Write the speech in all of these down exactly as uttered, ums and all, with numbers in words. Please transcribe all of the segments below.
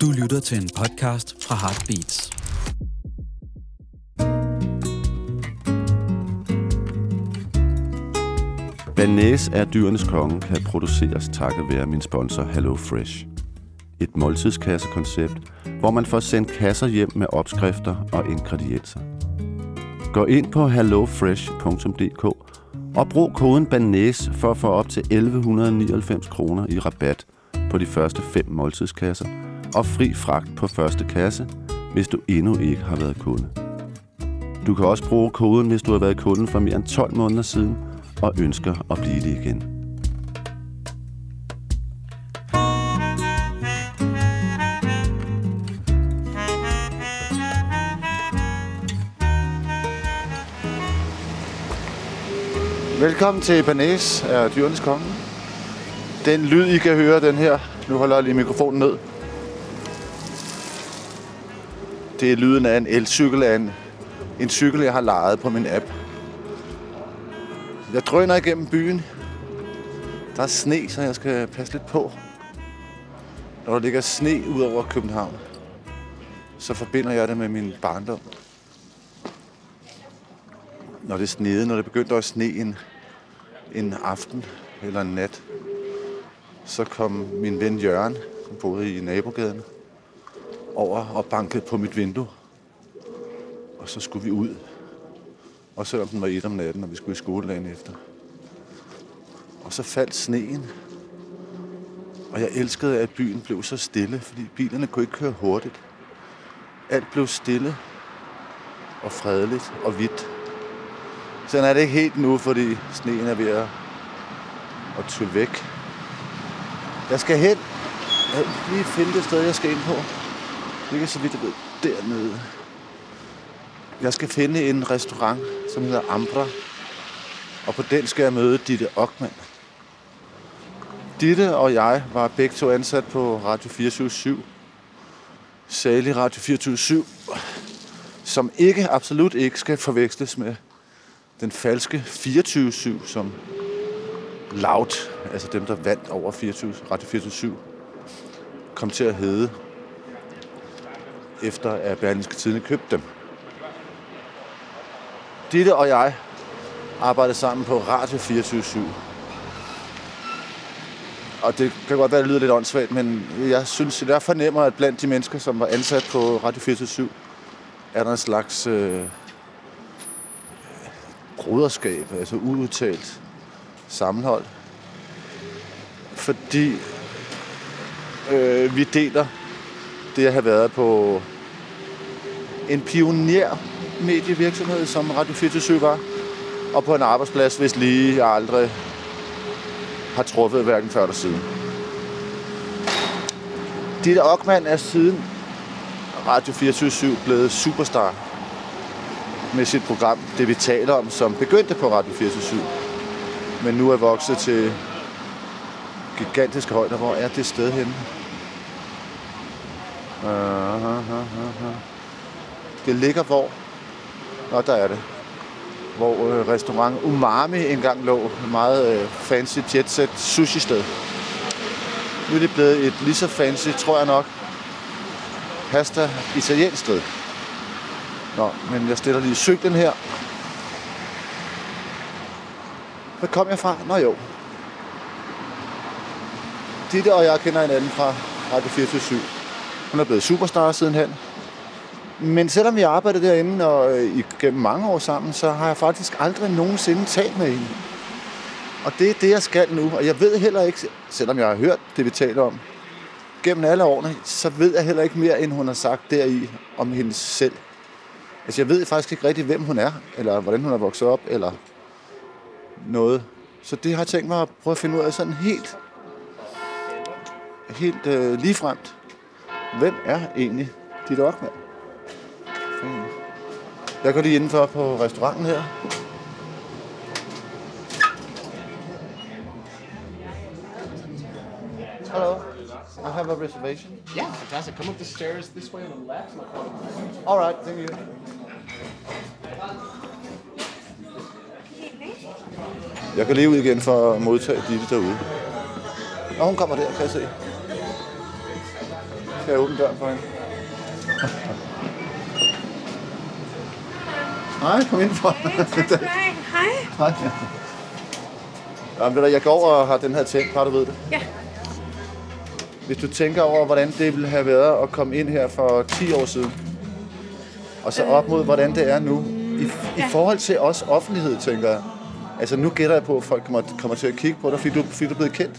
Du lytter til en podcast fra Heartbeats. Banæs er dyrenes konge kan produceres takket være min sponsor HelloFresh. Et måltidskassekoncept, hvor man får sendt kasser hjem med opskrifter og ingredienser. Gå ind på hellofresh punktum d k og brug koden BANÆS for at få op til elleve nioghalvfems kroner i rabat på de første fem måltidskasser og fri fragt på første kasse, hvis du endnu ikke har været kunde. Du kan også bruge koden, hvis du har været kunde for mere end tolv måneder siden og ønsker at blive det igen. Velkommen til Banæs af dyrenes konge. Den lyd, I kan høre, den her. Nu holder jeg lige mikrofonen ned. Det er lyden af en elcykel af en, en cykel, jeg har lejet på min app. Jeg drøner igennem byen. Der er sne, så jeg skal passe lidt på. Når der ligger sne ud over København, så forbinder jeg det med min barndom. Når det snede, når det begyndte at sne en, en aften eller en nat, så kom min ven Jørgen, som boede i nabogaden, over og bankede på mit vindue. Og så skulle vi ud. Og selvom den var et om natten, og vi skulle i skole dagen efter. Og så faldt sneen. Og jeg elskede, at byen blev så stille, fordi bilerne kunne ikke køre hurtigt. Alt blev stille og fredeligt og hvidt. Sådan er det ikke helt nu, fordi sneen er ved at, at tølle væk. Jeg skal hen. Jeg vil lige finde det sted, jeg skal ind på. Det kan så vidt jeg ved dernede. Jeg skal finde en restaurant, som hedder Ambra. Og på den skal jeg møde Ditte Okman. Ditte og jeg var begge to ansat på Radio fireogtyve syv. Salig Radio fireogtyve syv. Som ikke, absolut ikke skal forveksles med den falske fireogtyve syv, som Loud, altså dem, der vandt over fireogtyve, Radio fireogtyve syv, kom til at hedde, efter at Berlingske Tidende købte dem. Ditte og jeg arbejdede sammen på Radio fireogtyve syv. Og det kan godt være, at det lyder lidt åndssvagt, men jeg synes, jeg fornemmer, at blandt de mennesker, som var ansat på Radio fireogtyve syv, er der en slags øh, broderskab, altså uudtalt sammenhold. Fordi øh, vi deler det at have været på en pionermedievirksomhed, som Radio fireogtyve syv var, og på en arbejdsplads, hvis lige jeg aldrig har truffet hverken før eller siden. Ditte Okman er siden Radio fireogtyve syv blevet superstar med sit program, Det vi taler om, som begyndte på Radio fireogtyve syv, men nu er vokset til gigantiske højder. Hvor er det sted henne? Det ligger hvor? Nå, der er det. Hvor øh, restaurant Umami engang lå. Et meget øh, fancy jetset sushi-sted. Nu er det blevet et lige så fancy, tror jeg nok, pasta italiensk sted. Nå, men jeg stiller lige cyklen her. Hvor kom jeg fra? Nå jo. Ditte og jeg kender hinanden fra Radio fireogtyve syv. Hun er blevet superstar sidenhen. Men selvom vi arbejdede derinde og igennem mange år sammen, så har jeg faktisk aldrig nogensinde talt med hende. Og det er det, jeg skal nu. Og jeg ved heller ikke, selvom jeg har hørt det, vi taler om, gennem alle årene, så ved jeg heller ikke mere, end hun har sagt deri om hende selv. Altså, jeg ved faktisk ikke rigtig, hvem hun er, eller hvordan hun er vokset op, eller noget. Så det har jeg tænkt mig at prøve at finde ud af sådan helt, helt øh, ligefremt. Hvem er egentlig Ditte Okman? Jeg går lige indenfor på restauranten her. Hello. I have a reservation. Yeah, fantastic. Come up the stairs this way on the left. All right, thank you. Jeg kan lige ud igen for at modtage Ditte derude. Og hun kommer der, kan jeg se. Skal jeg åbne døren for hende? Hej, kom ind for. Hej. Hej. Hej. Jamen, ved du, jeg går over og har den her tændt, bare du ved det. Ja. Hvis du tænker over, hvordan det ville have været at komme ind her for ti år siden, og så op mod, hvordan det er nu, i, ja. i forhold til os offentlighed, tænker jeg. Altså, nu gætter jeg på, at folk kommer, kommer til at kigge på dig, fordi du, fordi du er blevet kendt.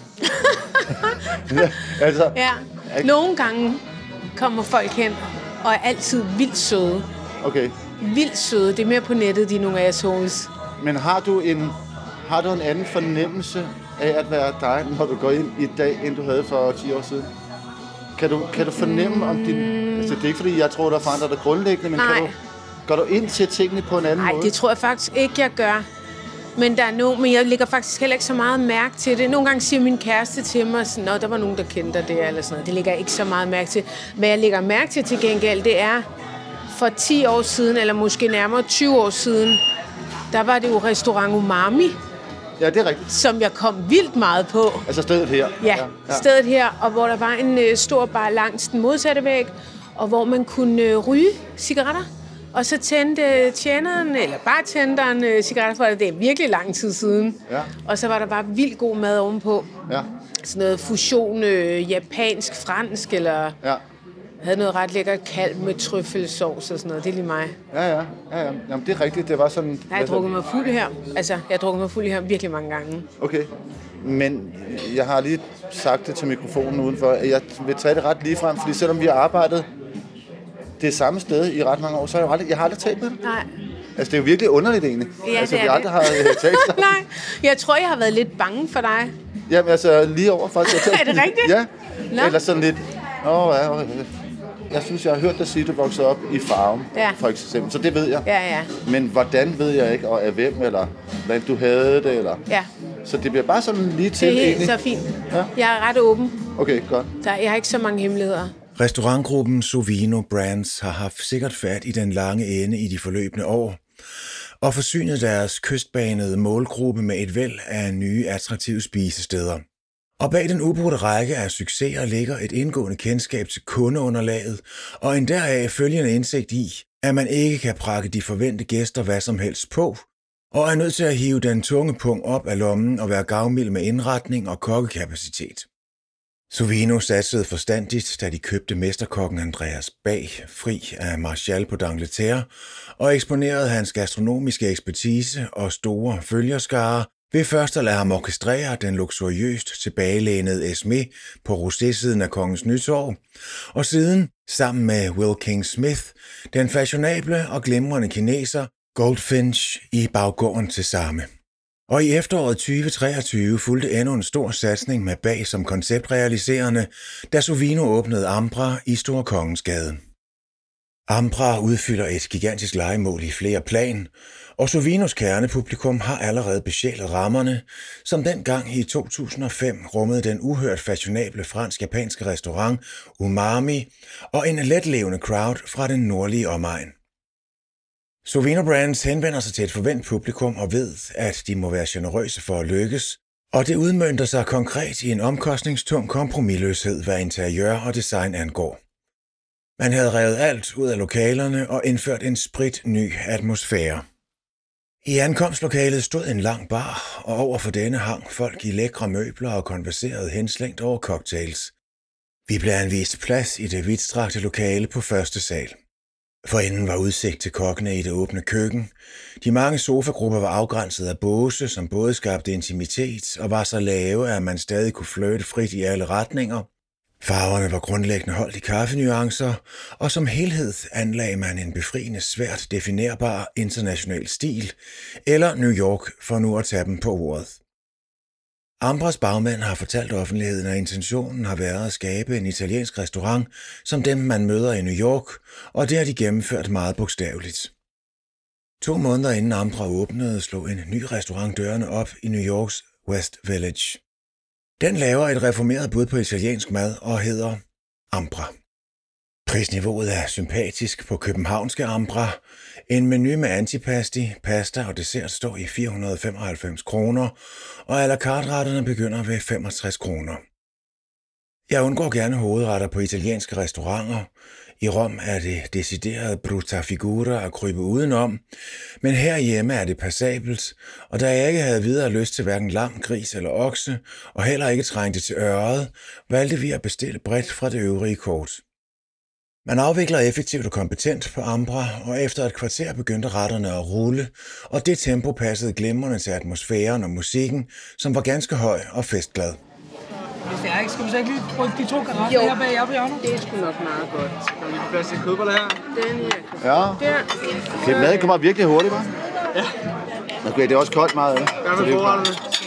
ja, altså, ja. Ikke? Nogle gange kommer folk hen, og er altid vildt søde. Okay. Vildt søde. Det er mere på nettet, de er nogle assholes. Men har du en, har du en anden fornemmelse af at være dig, når du går ind i dag, end du havde for ti år siden? Kan du, kan du fornemme mm. om din... Altså, det er ikke, fordi jeg tror, der forandrer dig grundlæggende, men Nej. kan du, går du ind til tingene på en anden Nej, måde? det tror jeg faktisk ikke, jeg gør. Men, der er no, men jeg lægger faktisk heller ikke så meget mærke til det. Nogle gange siger min kæreste til mig, sådan, Nå, der var nogen, der kendte dig der, eller sådan noget. Det lægger jeg ikke så meget mærke til. Hvad jeg lægger mærke til til gengæld, det er for ti år siden, eller måske nærmere tyve år siden, der var det jo restaurant Umami. Ja, det er rigtigt. Som jeg kom vildt meget på. Altså stedet her? Ja, ja, ja. stedet her, og hvor der var en øh, stor bar langs den modsatte væg, og hvor man kunne øh, ryge cigaretter. Og så tændte tjeneren, eller bartenderen, øh, cigaretter for det. Det er virkelig lang tid siden. Ja. Og så var der bare vildt god mad ovenpå. Ja. Sådan noget fusion, øh, japansk, fransk, eller... Ja. Havde noget ret lækkert kalv med trøffelsovs og sådan noget. Det er lige mig. Ja, ja. ja, ja. Jamen, det er rigtigt. Det var sådan... Jeg har drukket mig fuld her. Altså, jeg har drukket mig fuld her virkelig mange gange. Okay. Men jeg har lige sagt det til mikrofonen udenfor, at jeg vil tage det ret lige frem, fordi selvom vi har arbejdet det samme sted i ret mange år, så har jeg aldrig, jeg har aldrig talt med det. Nej. Altså, det er jo virkelig underligt egentlig. Ja, altså, det er vi aldrig det. har talt sammen. Nej, jeg tror, jeg har været lidt bange for dig. Jamen, altså, lige over faktisk. Er det rigtigt? Ja. Nå. Eller sådan lidt... Åh, oh, ja, okay. Jeg synes, jeg har hørt dig sige, at du voksede op i Farum, ja. For eksempel. Så det ved jeg. Ja, ja. Men hvordan ved jeg ikke, og af hvem, eller hvordan du havde det, eller... Ja. Så det bliver bare sådan lige til. Det er helt egentlig. så fint. Ja. Jeg er ret åben. Okay, godt. Der, jeg har ikke så mange hemmeligheder. Restaurantgruppen Sovino Brands har haft sikkert fat i den lange ende i de forløbne år, og forsynet deres kystbanede målgruppe med et væld af nye attraktive spisesteder. Og bag den ubrudte række af succeser ligger et indgående kendskab til kundeunderlaget, og en deraf følgende indsigt i, at man ikke kan prakke de forventede gæster hvad som helst på, og er nødt til at hive den tunge pung op af lommen og være gavmild med indretning og kokkekapacitet. Sovino satsede forstandigt, da de købte mesterkokken Andreas Bag fri af Marshall på d'Angleterre og eksponerede hans gastronomiske ekspertise og store følgerskare ved først at lade ham orkestrere den luksuriøst tilbagelænede Esme på rosé-siden af Kongens Nytorv, og siden, sammen med Will King Smith, den fashionable og glimrende kineser Goldfinch i baggården til samme. Og i efteråret tyve treogtyve fulgte endnu en stor satsning med Bag som konceptrealiserende, da Sovino åbnede Ambra i Storkongensgade. Ambra udfylder et gigantisk lejemål i flere plan, og Sovinos kernepublikum har allerede besjælet rammerne, som dengang i to tusind og fem rummede den uhørt fashionable fransk-japanske restaurant Umami og en letlevende crowd fra den nordlige omegn. Sovino Brands henvender sig til et forventet publikum og ved, at de må være generøse for at lykkes, og det udmønter sig konkret i en omkostningstung kompromisløshed, hvad interiør og design angår. Man havde revet alt ud af lokalerne og indført en sprit ny atmosfære. I ankomstlokalet stod en lang bar, og over for denne hang folk i lækre møbler og konverserede henslængt over cocktails. Vi blev anvist plads i det vidtstrakte lokale på første sal. Forinden var udsigt til kokkene i det åbne køkken. De mange sofagrupper var afgrænset af båse, som både skabte intimitet og var så lave, at man stadig kunne flirte frit i alle retninger. Farverne var grundlæggende holdt i kaffenuancer, og som helhed anlagde man en befriende svært definerbar international stil, eller New York for nu at tage dem på ordet. Ambras bagmænd har fortalt offentligheden, at intentionen har været at skabe en italiensk restaurant, som dem man møder i New York, og det har de gennemført meget bogstaveligt. To måneder inden Ambra åbnede, slog en ny restaurant dørene op i New Yorks West Village. Den laver et reformeret bud på italiensk mad og hedder Ambra. Prisniveauet er sympatisk på københavnske Ambra. En menu med antipasti, pasta og dessert står i fire hundrede og femoghalvfems kroner, og à la carte retterne begynder ved femogtres kroner. Jeg undgår gerne hovedretter på italienske restauranter. I Rom er det decideret brutta figura at krybe udenom, men herhjemme er det passabelt, og da jeg ikke havde videre lyst til hverken lam, gris eller okse, og heller ikke trængte til øret, valgte vi at bestille bredt fra det øvrige kort. Man afvikler effektivt og kompetent på Ambra, og efter et kvarter begyndte retterne at rulle, og det tempo passede glimrende til atmosfæren og musikken, som var ganske høj og festglad. Hvis det er ikke, skal vi så ikke lige rykke de to karafler her bag jer på hjørnet? Det er sgu nok meget godt. Kan vi få plads til kødboller her? Den her. Ja. Der. Okay, maden kommer virkelig hurtigt, hva'? Ja. Okay, det er også koldt meget, ikke? Hvad med forretterne?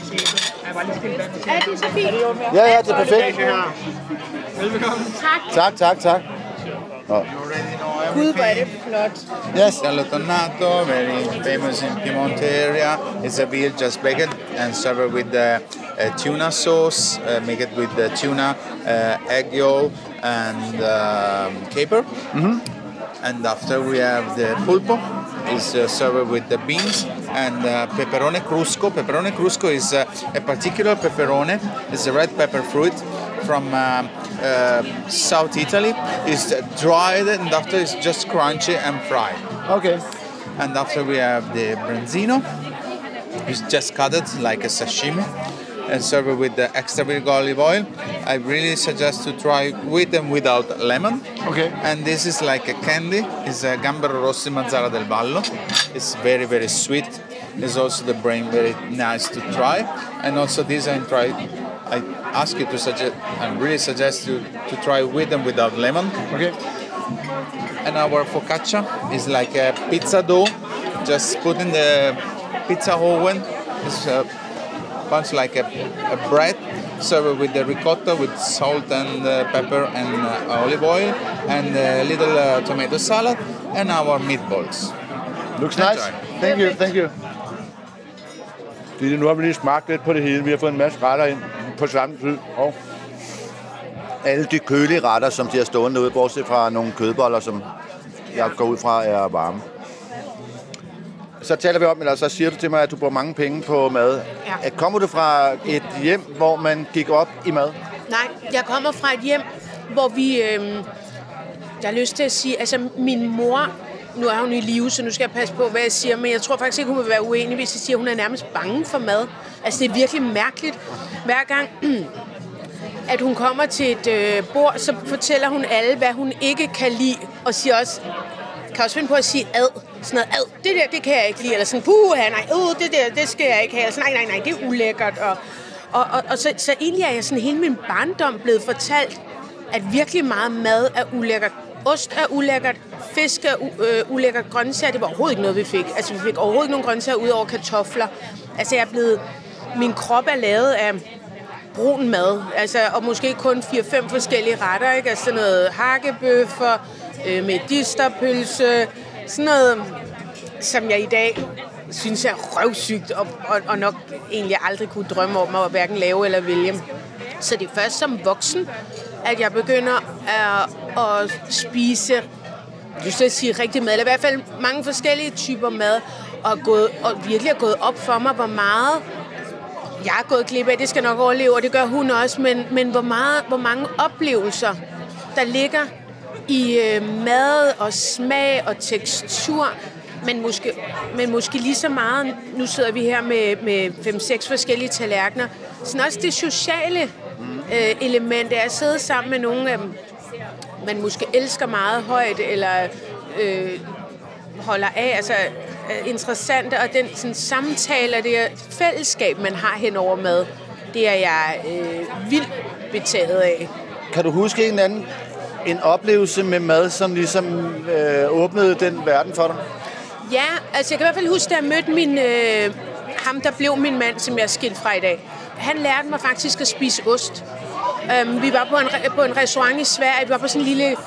Er det så fint? Ja, ja, det er perfekt. Velbekomme. Tak, tak, tak. Gud, hvor er det flot. Yes. Tonnato, very famous in Piemonte area. It's a veal just baked and served with the uh, tuna sauce, uh, make it with the tuna, uh, egg yolk, and um, caper. Mm-hmm. And after we have the pulpo, is uh, served with the beans and uh, pepperone crusco. Pepperone crusco is uh, a particular pepperone. It's a red pepper fruit from uh, uh, South Italy. It's dried and after it's just crunchy and fried. Okay. And after we have the branzino, it's just cut it like a sashimi and serve it with the extra virgin olive oil. I really suggest to try with and without lemon. Okay. And this is like a candy. It's a Gambero Rossi Mazzara del Ballo. It's very, very sweet. It's also the brain very nice to try. And also this I try. I ask you to suggest. I really suggest you to try with and without lemon. Okay. And our focaccia is like a pizza dough. Just put in the pizza oven. It's a bunch like a, a bread served with the ricotta with salt and uh, pepper and uh, olive oil and a little uh, tomato salad and our meatballs. Looks nice. Enjoy. Thank you, thank you. Nu har vi lige smagt lidt på det hele. Vi har fået en masse retter ind på samme tid. Og alle de kølige retter, som de har stående ude, bortset fra nogle kødboller, som jeg går ud fra er varme. Så taler vi om, eller så siger du til mig, at du bruger mange penge på mad. Ja. Kommer du fra et hjem, hvor man gik op i mad? Nej, jeg kommer fra et hjem, hvor vi... Øh, jeg har lyst til at sige, altså min mor... Nu er hun i live, så nu skal jeg passe på, hvad jeg siger, men jeg tror faktisk ikke, hun vil være uenig, hvis jeg siger, at hun er nærmest bange for mad. Altså, det er virkelig mærkeligt. Hver gang, at hun kommer til et øh, bord, så fortæller hun alle, hvad hun ikke kan lide, og siger også, kan også finde på at sige ad. Sådan noget, ad, det der, det kan jeg ikke lide, eller sådan, puha, nej, uh, det der, det skal jeg ikke have, eller sådan, nej, nej, nej, det er ulækkert, og, og, og, og så, så egentlig er jeg sådan hele min barndom blevet fortalt, at virkelig meget mad er ulækkert. Ost er ulækkert, fisk er u- øh, ulækkert, grøntsager, det var overhovedet ikke noget, vi fik. Altså, vi fik overhovedet ikke nogen grøntsager ud over kartofler. Altså, jeg er blevet... Min krop er lavet af brun mad, altså, og måske kun fire fem forskellige retter, ikke? Altså, sådan noget hakkebøffer, øh, medisterpølse, sådan noget, som jeg i dag synes er røvsygt, og, og, og nok egentlig aldrig kunne drømme om at hverken lave eller vælge. Så det er først som voksen, at jeg begynder at, at spise, jeg skal sige rigtig mad, eller i hvert fald mange forskellige typer mad, og, gået, og virkelig er gået op for mig, hvor meget jeg er gået glip af. Det skal nok overleve, og det gør hun også, men, men hvor, meget, hvor mange oplevelser, der ligger i øh, mad og smag og tekstur, men måske, men måske lige så meget, nu sidder vi her med, med fem seks forskellige tallerkener, sådan også det sociale øh, element er at sidde sammen med nogen, øh, man måske elsker meget højt, eller øh, holder af, altså øh, interessante, og den sådan, samtale og det fællesskab, man har hen over mad, det er jeg øh, vildt betaget af. Kan du huske en anden en oplevelse med mad, som ligesom øh, åbnede den verden for dig? Ja, altså jeg kan i hvert fald huske, da jeg mødte min, øh, ham, der blev min mand, som jeg er skilt fra i dag. Han lærte mig faktisk at spise ost. Um, vi var på en, på en restaurant i Sverige, vi var på sådan en lille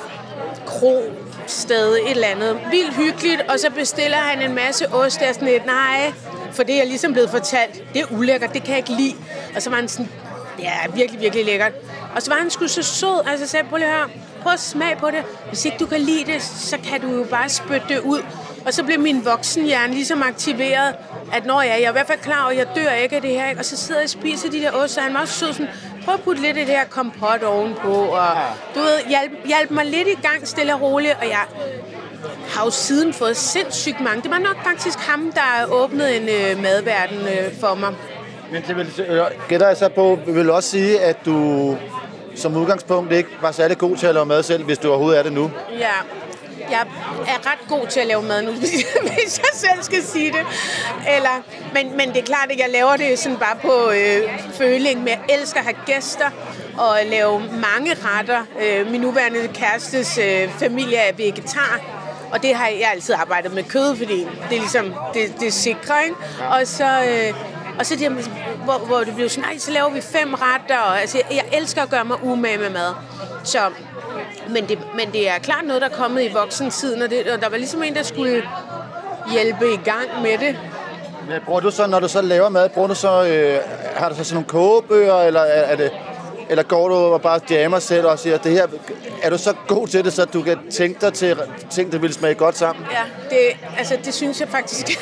krosted, et eller andet. Vildt hyggeligt, og så bestiller han en masse ost, der sådan lidt, nej, for det er jeg ligesom blevet fortalt, det er ulækkert, det kan jeg ikke lide. Og så var han sådan, ja, virkelig, virkelig lækkert. Og så var han sgu så sød, altså sagde, prøv lige at høre, prøv at smage på det. Hvis ikke du kan lide det, så kan du jo bare spytte det ud. Og så blev min voksenhjerne ligesom aktiveret, at når jeg, jeg er i hvert fald klar over, at jeg dør ikke af det her, ikke? Og så sidder jeg og spiser de der ost, og han var også sød sådan, prøv prøv at putte lidt af det her kompot ovenpå, og du ved, hjælp, hjælp mig lidt i gang, stille og roligt, og jeg har jo siden fået sindssygt mange. Det var nok faktisk ham, der åbnede en øh, madverden øh, for mig. Men det vil, øh, gætter jeg så på, vil du også sige, at du som udgangspunkt ikke var særlig god til at lave mad selv, hvis du overhovedet er det nu? Ja, jeg er ret god til at lave mad nu, hvis jeg selv skal sige det. Eller, men, men det er klart, at jeg laver det sådan bare på øh, føling, men jeg elsker at have gæster og lave mange retter. Øh, min nuværende kærestes øh, familie er vegetar, og det har jeg altid arbejdet med kød, fordi det er ligesom, det, det er sikre, ikke? Og så... Øh, Og så det, hvor, hvor det blev sådan, nej, så laver vi fem retter. Og, altså, jeg, jeg elsker at gøre mig umage med mad. Så, men, det, men det er klart noget, der er kommet i voksentiden, og, det, og der var ligesom en, der skulle hjælpe i gang med det. Men bruger du så, når du så laver mad, bruger du så, øh, har du så sådan nogle kogebøger, eller er, er det... Eller går du og bare jammer selv og siger, det her, er du så god til det, så du kan tænke dig til ting, der vil smage godt sammen? Ja, det, altså, det synes jeg faktisk.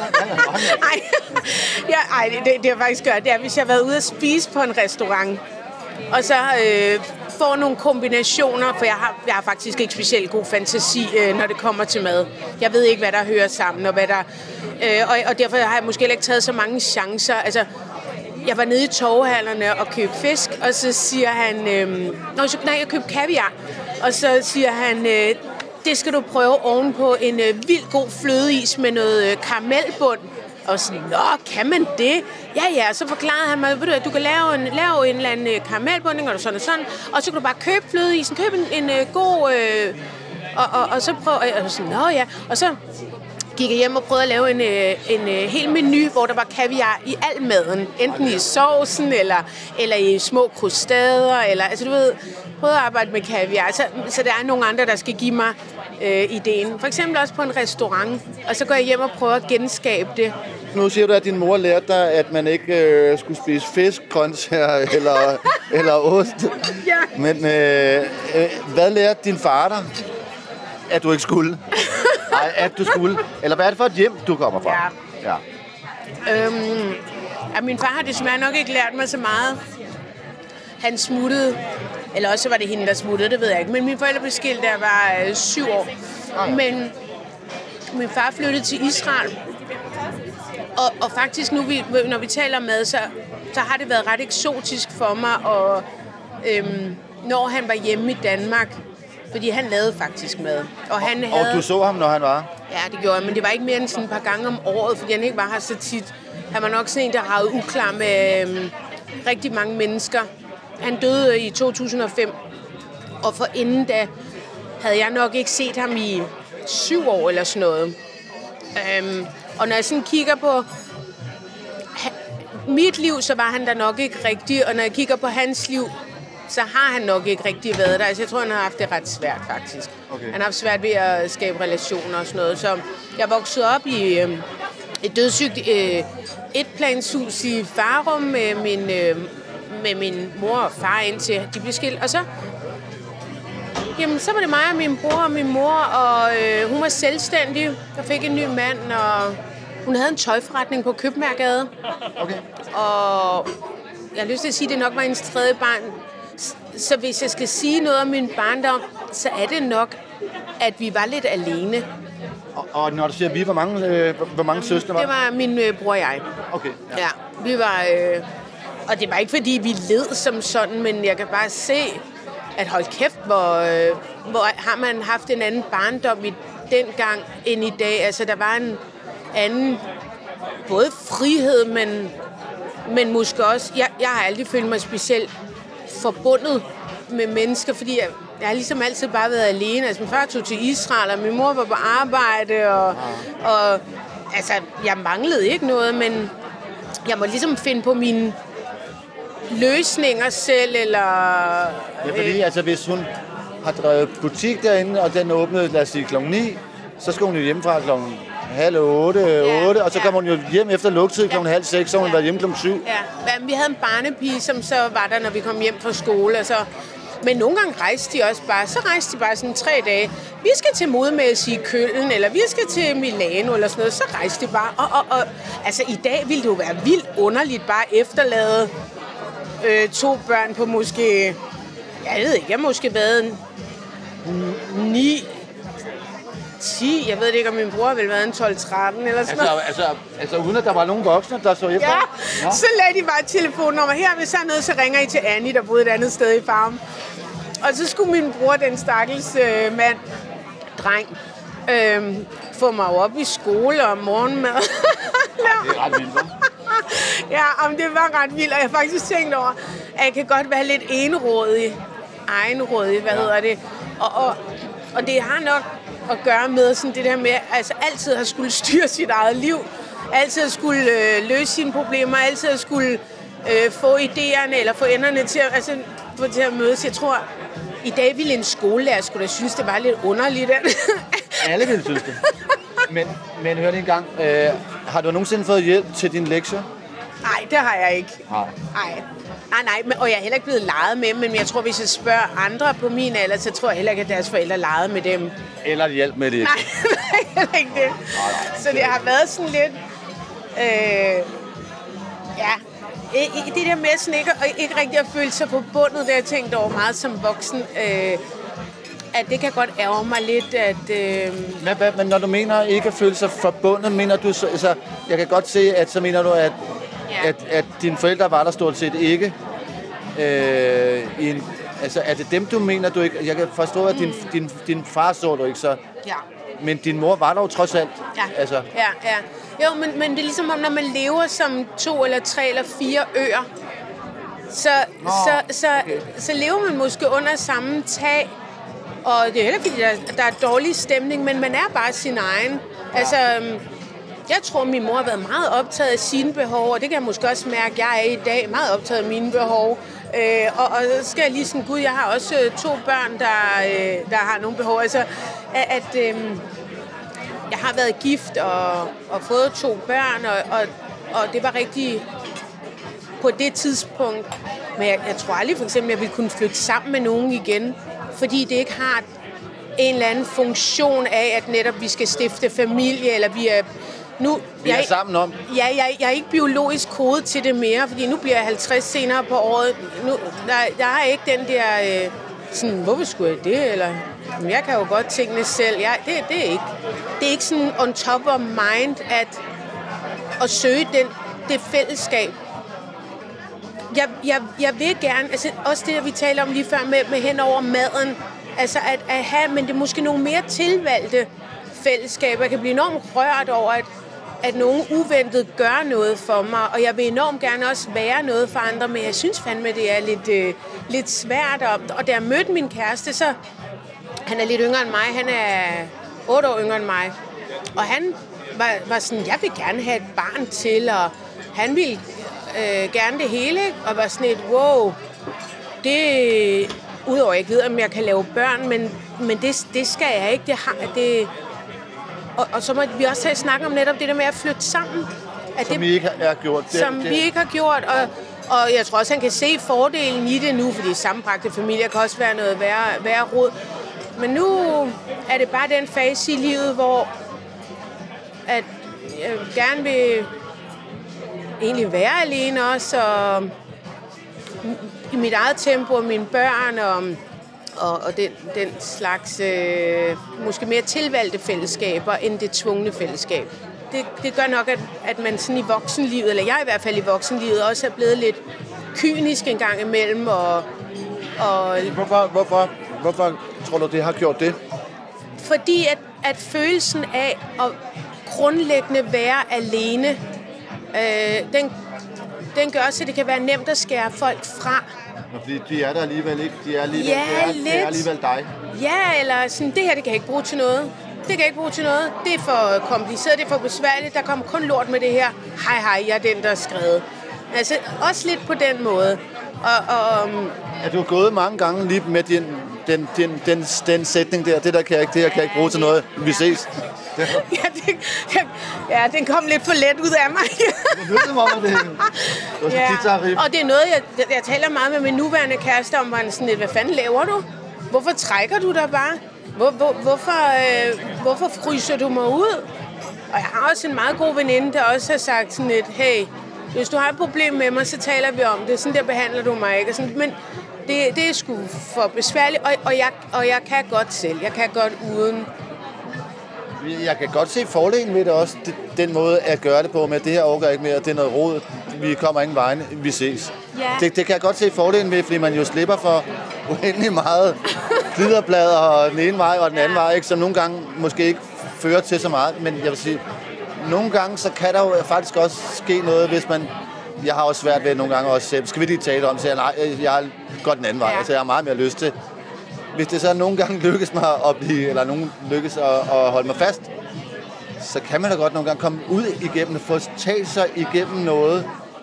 Ej, ja, ej det, det, det har faktisk gjort. Det er, hvis jeg har været ude at spise på en restaurant, og så øh, får nogle kombinationer, for jeg har, jeg har faktisk ikke specielt god fantasi, øh, når det kommer til mad. Jeg ved ikke, hvad der hører sammen, og hvad der... Øh, og, og derfor har jeg måske ikke taget så mange chancer. Altså, jeg var nede i torvehallerne og købte fisk, og så siger han... Øh, nej, jeg købte kaviar. Og så siger han, øh, det skal du prøve ovenpå en øh, vildt god flødeis med noget øh, karamelbund. Og sådan, nå, kan man det? Ja, ja, så forklarede han mig, ved du, at du kan lave en, lave en eller anden øh, karamelbunding, og sådan og sådan, og så kan du bare købe flødeisen, købe en, en øh, god... Øh, og, og, og så prøve... Og sådan, nå ja, og så... gik jeg hjem og prøvede at lave en, en, en hel menu, hvor der var kaviar i al maden. Enten i sovsen, eller, eller i små krustader, eller, altså du ved, prøvede at arbejde med kaviar. Så, så der er nogle andre, der skal give mig øh, ideen. For eksempel også på en restaurant, og så går jeg hjem og prøver at genskabe det. Nu siger du, at din mor lærte dig, at man ikke øh, skulle spise fisk, grøntsager eller, eller ost. Ja. Men øh, øh, hvad lærte din far dig, at du ikke skulle? Nej, at du skulle. Eller hvad er det for et hjem, du kommer fra? Ja. ja. Øhm, ja min far har desværre nok ikke lært mig så meget. Han smuttede, eller også var det hende, der smuttede, det ved jeg ikke. Men mine forældre blev skilt, da jeg var øh, syv år. Men min far flyttede til Israel. Og, og faktisk nu, vi, når vi taler om mad, så, så har det været ret eksotisk for mig. Og øhm, når han var hjemme i Danmark... Fordi han lavede faktisk mad. Og, han havde... og du så ham, når han var? Ja, det gjorde jeg, men det var ikke mere end sådan et par gange om året, fordi han ikke var her så tit. Han var nok sådan en, der havde uklar med øhm, rigtig mange mennesker. Han døde i to tusind og fem, og for inden da havde jeg nok ikke set ham i syv år eller sådan noget. Øhm, og når jeg sådan kigger på han, mit liv, så var han der nok ikke rigtig, og når jeg kigger på hans liv, så har han nok ikke rigtig været der. Altså, jeg tror, han har haft det ret svært, faktisk. Okay. Han har haft svært ved at skabe relationer og sådan noget. Så jeg voksede op i øh, et dødssygt øh, etplanshus i Farum med min, øh, med min mor og far, indtil de blev skilt. Og så, jamen, så var det mig og min bror og min mor, og øh, hun var selvstændig og fik en ny mand, og hun havde en tøjforretning på Købmagergade. Okay. Og jeg har lyst til at sige, at det nok var hendes tredje barn. Så hvis jeg skal sige noget om min barndom, så er det nok, at vi var lidt alene. Og, og når du siger vi, hvor mange, øh, hvor mange søstre var det? var min øh, bror og jeg. Okay. Ja, ja vi var... Øh, og det var ikke, fordi vi led som sådan, men jeg kan bare se, at hold kæft, hvor, øh, hvor har man haft en anden barndom i dengang end i dag. Altså, der var en anden... Både frihed, men, men måske også... Jeg, jeg har aldrig følt mig specielt forbundet med mennesker, fordi jeg, jeg har ligesom altid bare været alene. Altså, min far tog til Israel, og min mor var på arbejde, og, og altså, jeg manglede ikke noget, men jeg må ligesom finde på mine løsninger selv, eller... Det er fordi, øh, altså, hvis hun har drevet butik derinde, og den åbnede, lad os sige, klokken ni, så skal hun jo hjemmefra klokken halv otte, ja, otte, og så ja. kommer hun jo hjem efter lukketid klokken ja. halv seks, så hun ja. været hjemme klokken syv. Ja, vi havde en barnepige, som så var der, når vi kom hjem fra skole, og så... Men nogle gange rejste de også bare, så rejste de bare sådan tre dage. Vi skal til modemæssige i Køln, eller vi skal til Milano, eller sådan noget, så rejste de bare. Og, og, og altså i dag ville det jo være vildt underligt bare efterlade øh, to børn på måske, jeg ved ikke, jeg har måske været ni, ti, jeg ved ikke, om min bror ville være en tolv tretten eller sådan noget. Altså, altså, altså uden at der var nogen voksne, der så efter? Ja, ja. Så lagde de bare et telefonnummer her, hvis der er noget, så ringer I til Annie, der boede et andet sted i Farum. Og så skulle min bror, den stakkels øh, mand, dreng, øh, få mig op i skole om morgenmad. Det er ret vildt, hva'? Ja, om det var ret vildt, og jeg har faktisk tænkt over, at jeg kan godt være lidt enrådig, egenrådig, hvad ja. hedder det, og, og, og det har nok at gøre med sådan det der med, altså altid har skulle styre sit eget liv, altid har skulle øh, løse sine problemer, altid har skulle øh, få idéerne, eller få enderne til, altså, til at mødes. Jeg tror, i dag ville en skolelærer skulle da synes, det var lidt underligt. Alle ville synes det. Men, men hør lige en gang, øh, har du nogensinde fået hjælp til din lektier? Nej, det har jeg ikke. Nej. Nej. Nej, nej, men, og jeg er heller ikke blevet leget med, men jeg tror, hvis jeg spørger andre på min alder, så tror jeg heller ikke, at deres forældre legede med dem. Eller hjælp med det. Nej, nej, heller ikke det. Nej, nej. Så det har været sådan lidt, øh, ja, det der med sådan ikke, ikke rigtig at føle sig forbundet, det har jeg tænkt over meget som voksen, øh, at det kan godt ærge mig lidt, at... Øh... Men, men når du mener ikke at føle sig forbundet, mener du så... Altså, jeg kan godt se, at så mener du, at, ja. at, at dine forældre var der stort set ikke. Øh, i en, altså, er det dem, du mener, du ikke... Jeg kan forstå, at din, mm. din, din far så du ikke så... Ja. Men din mor var der jo trods alt. Ja, altså. ja, ja. Jo, men, men det er ligesom om, når man lever som to eller tre eller fire øer, så, Nå, så, så, okay. så lever man måske under samme tag. Og det er heller ikke, fordi der, der er dårlig stemning, men man er bare sin egen. Ja. Altså, jeg tror, min mor har været meget optaget af sine behov, og det kan jeg måske også mærke, at jeg er i dag meget optaget af mine behov. Øh, og, og så skal jeg lige sådan, gud, jeg har også to børn, der, øh, der har nogle behov. Altså, at, at øh, jeg har været gift og, og fået to børn, og, og, og det var rigtig på det tidspunkt. Men jeg, jeg tror aldrig for eksempel, at jeg ville kunne flytte sammen med nogen igen, fordi det ikke har en eller anden funktion af, at netop vi skal stifte familie, eller vi er... Nu, vi er jeg, sammen om. Ja, jeg, jeg er ikke biologisk kodet til det mere, fordi nu bliver jeg halvtreds senere på året. Nu, der, der har jeg ikke den der... Øh, sådan, hvorfor skulle jeg det? Eller, jeg kan jo godt tingene selv. Jeg, det, det, er ikke, det er ikke sådan on top of mind, at, at søge den, det fællesskab. Jeg, jeg, jeg vil gerne, altså også det, vi taler om lige før med, med hen over maden, altså at, at have, men det er måske nogle mere tilvalgte fællesskaber. Jeg kan blive enormt rørt over, at, at nogen uventet gør noget for mig, og jeg vil enormt gerne også være noget for andre, men jeg synes fandme, det er lidt, øh, lidt svært. Og, og da jeg mødte min kæreste, så han er lidt yngre end mig, han er otte år yngre end mig, og han var, var sådan, jeg vil gerne have et barn til, og han ville øh, gerne det hele, og var sådan et, wow, det, udover jeg ikke ved, om jeg kan lave børn, men, men det, det skal jeg ikke, det har, det, og, og så må vi også have snakket om netop det der med at flytte sammen. At som det, vi ikke har gjort. Det, som det. vi ikke har gjort, og, og jeg tror også, han kan se fordelen i det nu, fordi sammenbragte familier kan også være noget værre, værre rod. Men nu er det bare den fase i livet, hvor at jeg gerne vil egentlig være alene også, og i mit eget tempo, og mine børn, og, og, og den, den slags øh, måske mere tilvalgte fællesskaber, end det tvungne fællesskab. Det, det gør nok, at, at man sådan i voksenlivet, eller jeg i hvert fald i voksenlivet, også er blevet lidt kynisk en gang imellem. Og, og hvorfor, hvorfor, hvorfor tror du, det har gjort det? Fordi at, at følelsen af at grundlæggende være alene, øh, den, den gør også, at det kan være nemt at skære folk fra. Fordi de er der alligevel ikke. De er alligevel, ja, det er, det er alligevel dig. Ja, eller sådan, det her det kan jeg ikke bruge til noget. Det kan jeg ikke bruge til noget. Det er for kompliceret, det er for besværligt. Der kommer kun lort med det her. Hej, hej, jeg er den, der er skrevet. Altså, også lidt på den måde. Og, og, um... Er du gået mange gange lige med din, den, den, den, den sætning der? Det der kan jeg ikke, det her kan jeg ikke bruge til noget. Vi ses. ja, det, ja, den kom lidt for let ud af mig. Det lyder som om, at det, det var ja. guitar-riff. Og det er noget, jeg, jeg taler meget med min nuværende kæreste om, hvor han sådan lidt, hvad fanden laver du? Hvorfor trækker du dig bare? Hvor, hvor, hvorfor, øh, hvorfor fryser du mig ud? Og jeg har også en meget god veninde, der også har sagt sådan lidt, hey, hvis du har et problem med mig, så taler vi om det. Sådan der behandler du mig ikke. Sådan, men det, det er sgu for besværligt, og, og, jeg, og jeg kan godt selv. Jeg kan godt uden. Jeg kan godt se fordelen ved det også. Den måde at gøre det på med, at det her overgår ikke mere, det er noget rod. Vi kommer ingen vegne, vi ses. Ja. Det, det kan jeg godt se fordelen ved, fordi man jo slipper for uendelig meget gliderblad og den ene vej og den anden vej, ikke, som nogle gange måske ikke fører til så meget. Men jeg vil sige, nogle gange så kan der jo faktisk også ske noget, hvis man... Jeg har også svært ved nogle gange også selv. Skal vi lige tale om, så jeg, nej, jeg har godt den anden vej, ja. Altså jeg har meget mere lyst til. Hvis det så nogle gange lykkes mig at blive, eller nogen lykkes at, at holde mig fast, så kan man da godt nogle gange komme ud igennem og få talt sig igennem noget.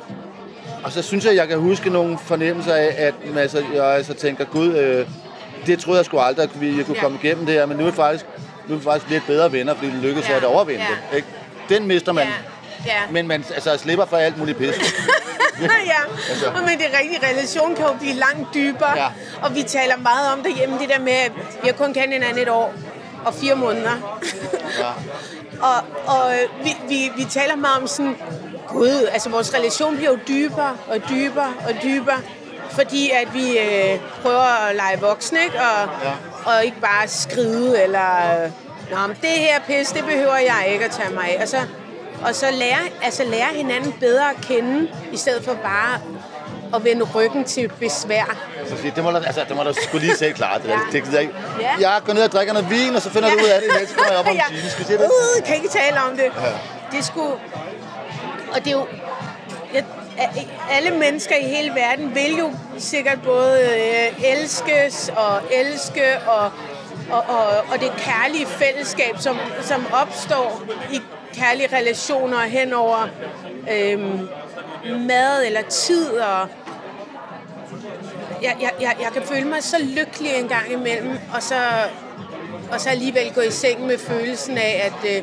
Og så synes jeg, jeg kan huske nogle fornemmelser af, at altså, jeg altså tænker, gud, øh, det troede jeg sgu aldrig, at vi kunne komme igennem det her, men nu er vi faktisk, nu er vi faktisk lidt bedre venner, fordi det lykkedes ja. At overvinde ja. Det. Ikke? Den mister man, ja. Ja. Men man altså, slipper for alt muligt pis. Ja, altså. Men det rigtige relation kan jo blive langt dybere, ja. Og vi taler meget om derhjemme, det der med, at vi har kun kendt hinanden et år og fire måneder. Ja. og og vi, vi, vi taler meget om sådan, gud, altså vores relation bliver jo dybere og dybere og dybere, fordi at vi øh, prøver at lege voksne, ikke? Og, ja. Og ikke bare skride, eller, nå, men det her pis, det behøver jeg ikke at tage mig af. Og så, og så lære, altså lære hinanden bedre at kende, i stedet for bare at vende ryggen til besvær. Det må, altså, det må du sgu lige selv klare. Det, ja. det, det, det, ja. Jeg går ned og drikker noget vin, og så finder ja. Du ud af det, så kommer jeg op om ja. Timen. Skal vi se det? Uh, kan ikke tale om det. Ja. Det er sgu... Og det er jo... Jeg, alle mennesker i hele verden vil jo sikkert både øh, elskes og elske, og, og, og, og det kærlige fællesskab, som, som opstår i kærlige relationer hen over øh, mad eller tid. Og jeg, jeg, jeg, jeg kan føle mig så lykkelig en gang imellem, og så, og så alligevel gå i seng med følelsen af, at, øh,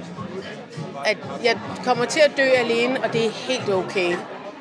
at jeg kommer til at dø alene, og det er helt okay.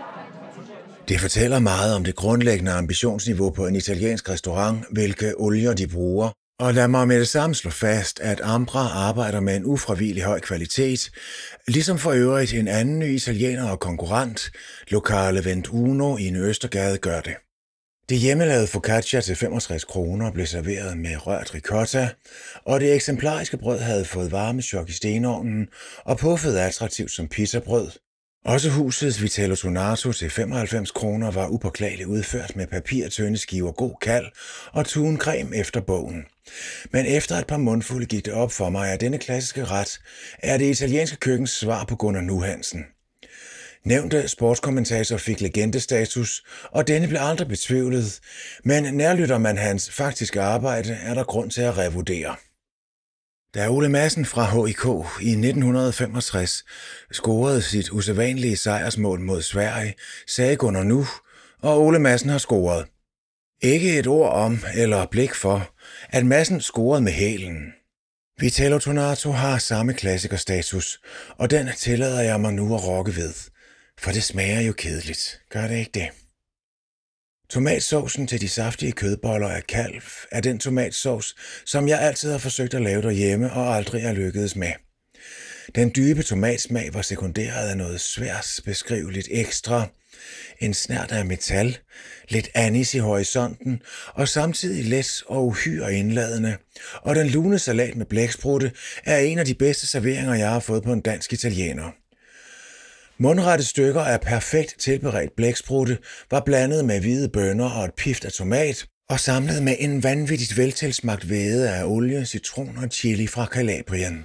Det fortæller meget om det grundlæggende ambitionsniveau på en italiensk restaurant, hvilke olier de bruger. Og lad mig med det samme slå fast, at Ambra arbejder med en ufravigelig høj kvalitet, ligesom for øvrigt en anden ny italiener og konkurrent, Lokale Ventuno i Ny Østergade, gør det. Det hjemmelavede focaccia til femogtres kroner blev serveret med rørt ricotta, og det eksemplariske brød havde fået varmechok i stenovnen og puffet attraktivt som pizzabrød. Også husets Vitello Tonato til femoghalvfems kroner var upåklageligt udført med papirtynde skiver god kald og tuncreme efter bogen. Men efter et par mundfulde gik det op for mig, at denne klassiske ret er det italienske køkkens svar på Gunnar Nu Hansen. Nævnte sportskommentator fik legendestatus, og denne blev aldrig betvivlet, men nærlytter man hans faktiske arbejde, er der grund til at revurdere. Da Ole Madsen fra H I K i nitten femogtres scorede sit usædvanlige sejrsmål mod Sverige, sagde Gunnar Nu, og Ole Madsen har scoret. Ikke et ord om eller blik for, at Madsen scorede med hælen. Vitello Tonato har samme klassikerstatus, og den tillader jeg mig nu at rokke ved, for det smager jo kedeligt. Gør det ikke det? Tomatsaucen til de saftige kødboller af kalv er den tomatsauce, som jeg altid har forsøgt at lave derhjemme og aldrig er lykkedes med. Den dybe tomatsmag var sekunderet af noget svært beskriveligt ekstra, en snert af metal, lidt anis i horisonten og samtidig let og uhyre indladende, og den lune salat med blæksprutte er en af de bedste serveringer, jeg har fået på en dansk italiener. Mundrette stykker af perfekt tilberedt blæksprutte var blandet med hvide bønner og et pift af tomat, og samlet med en vanvittigt veltilsmagt væde af olie, citron og chili fra Calabrien.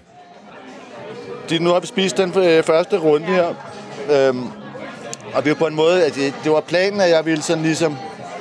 Nu har vi spist den første runde her, øhm, og det er på en måde, at det, det var planen, at jeg ville sådan ligesom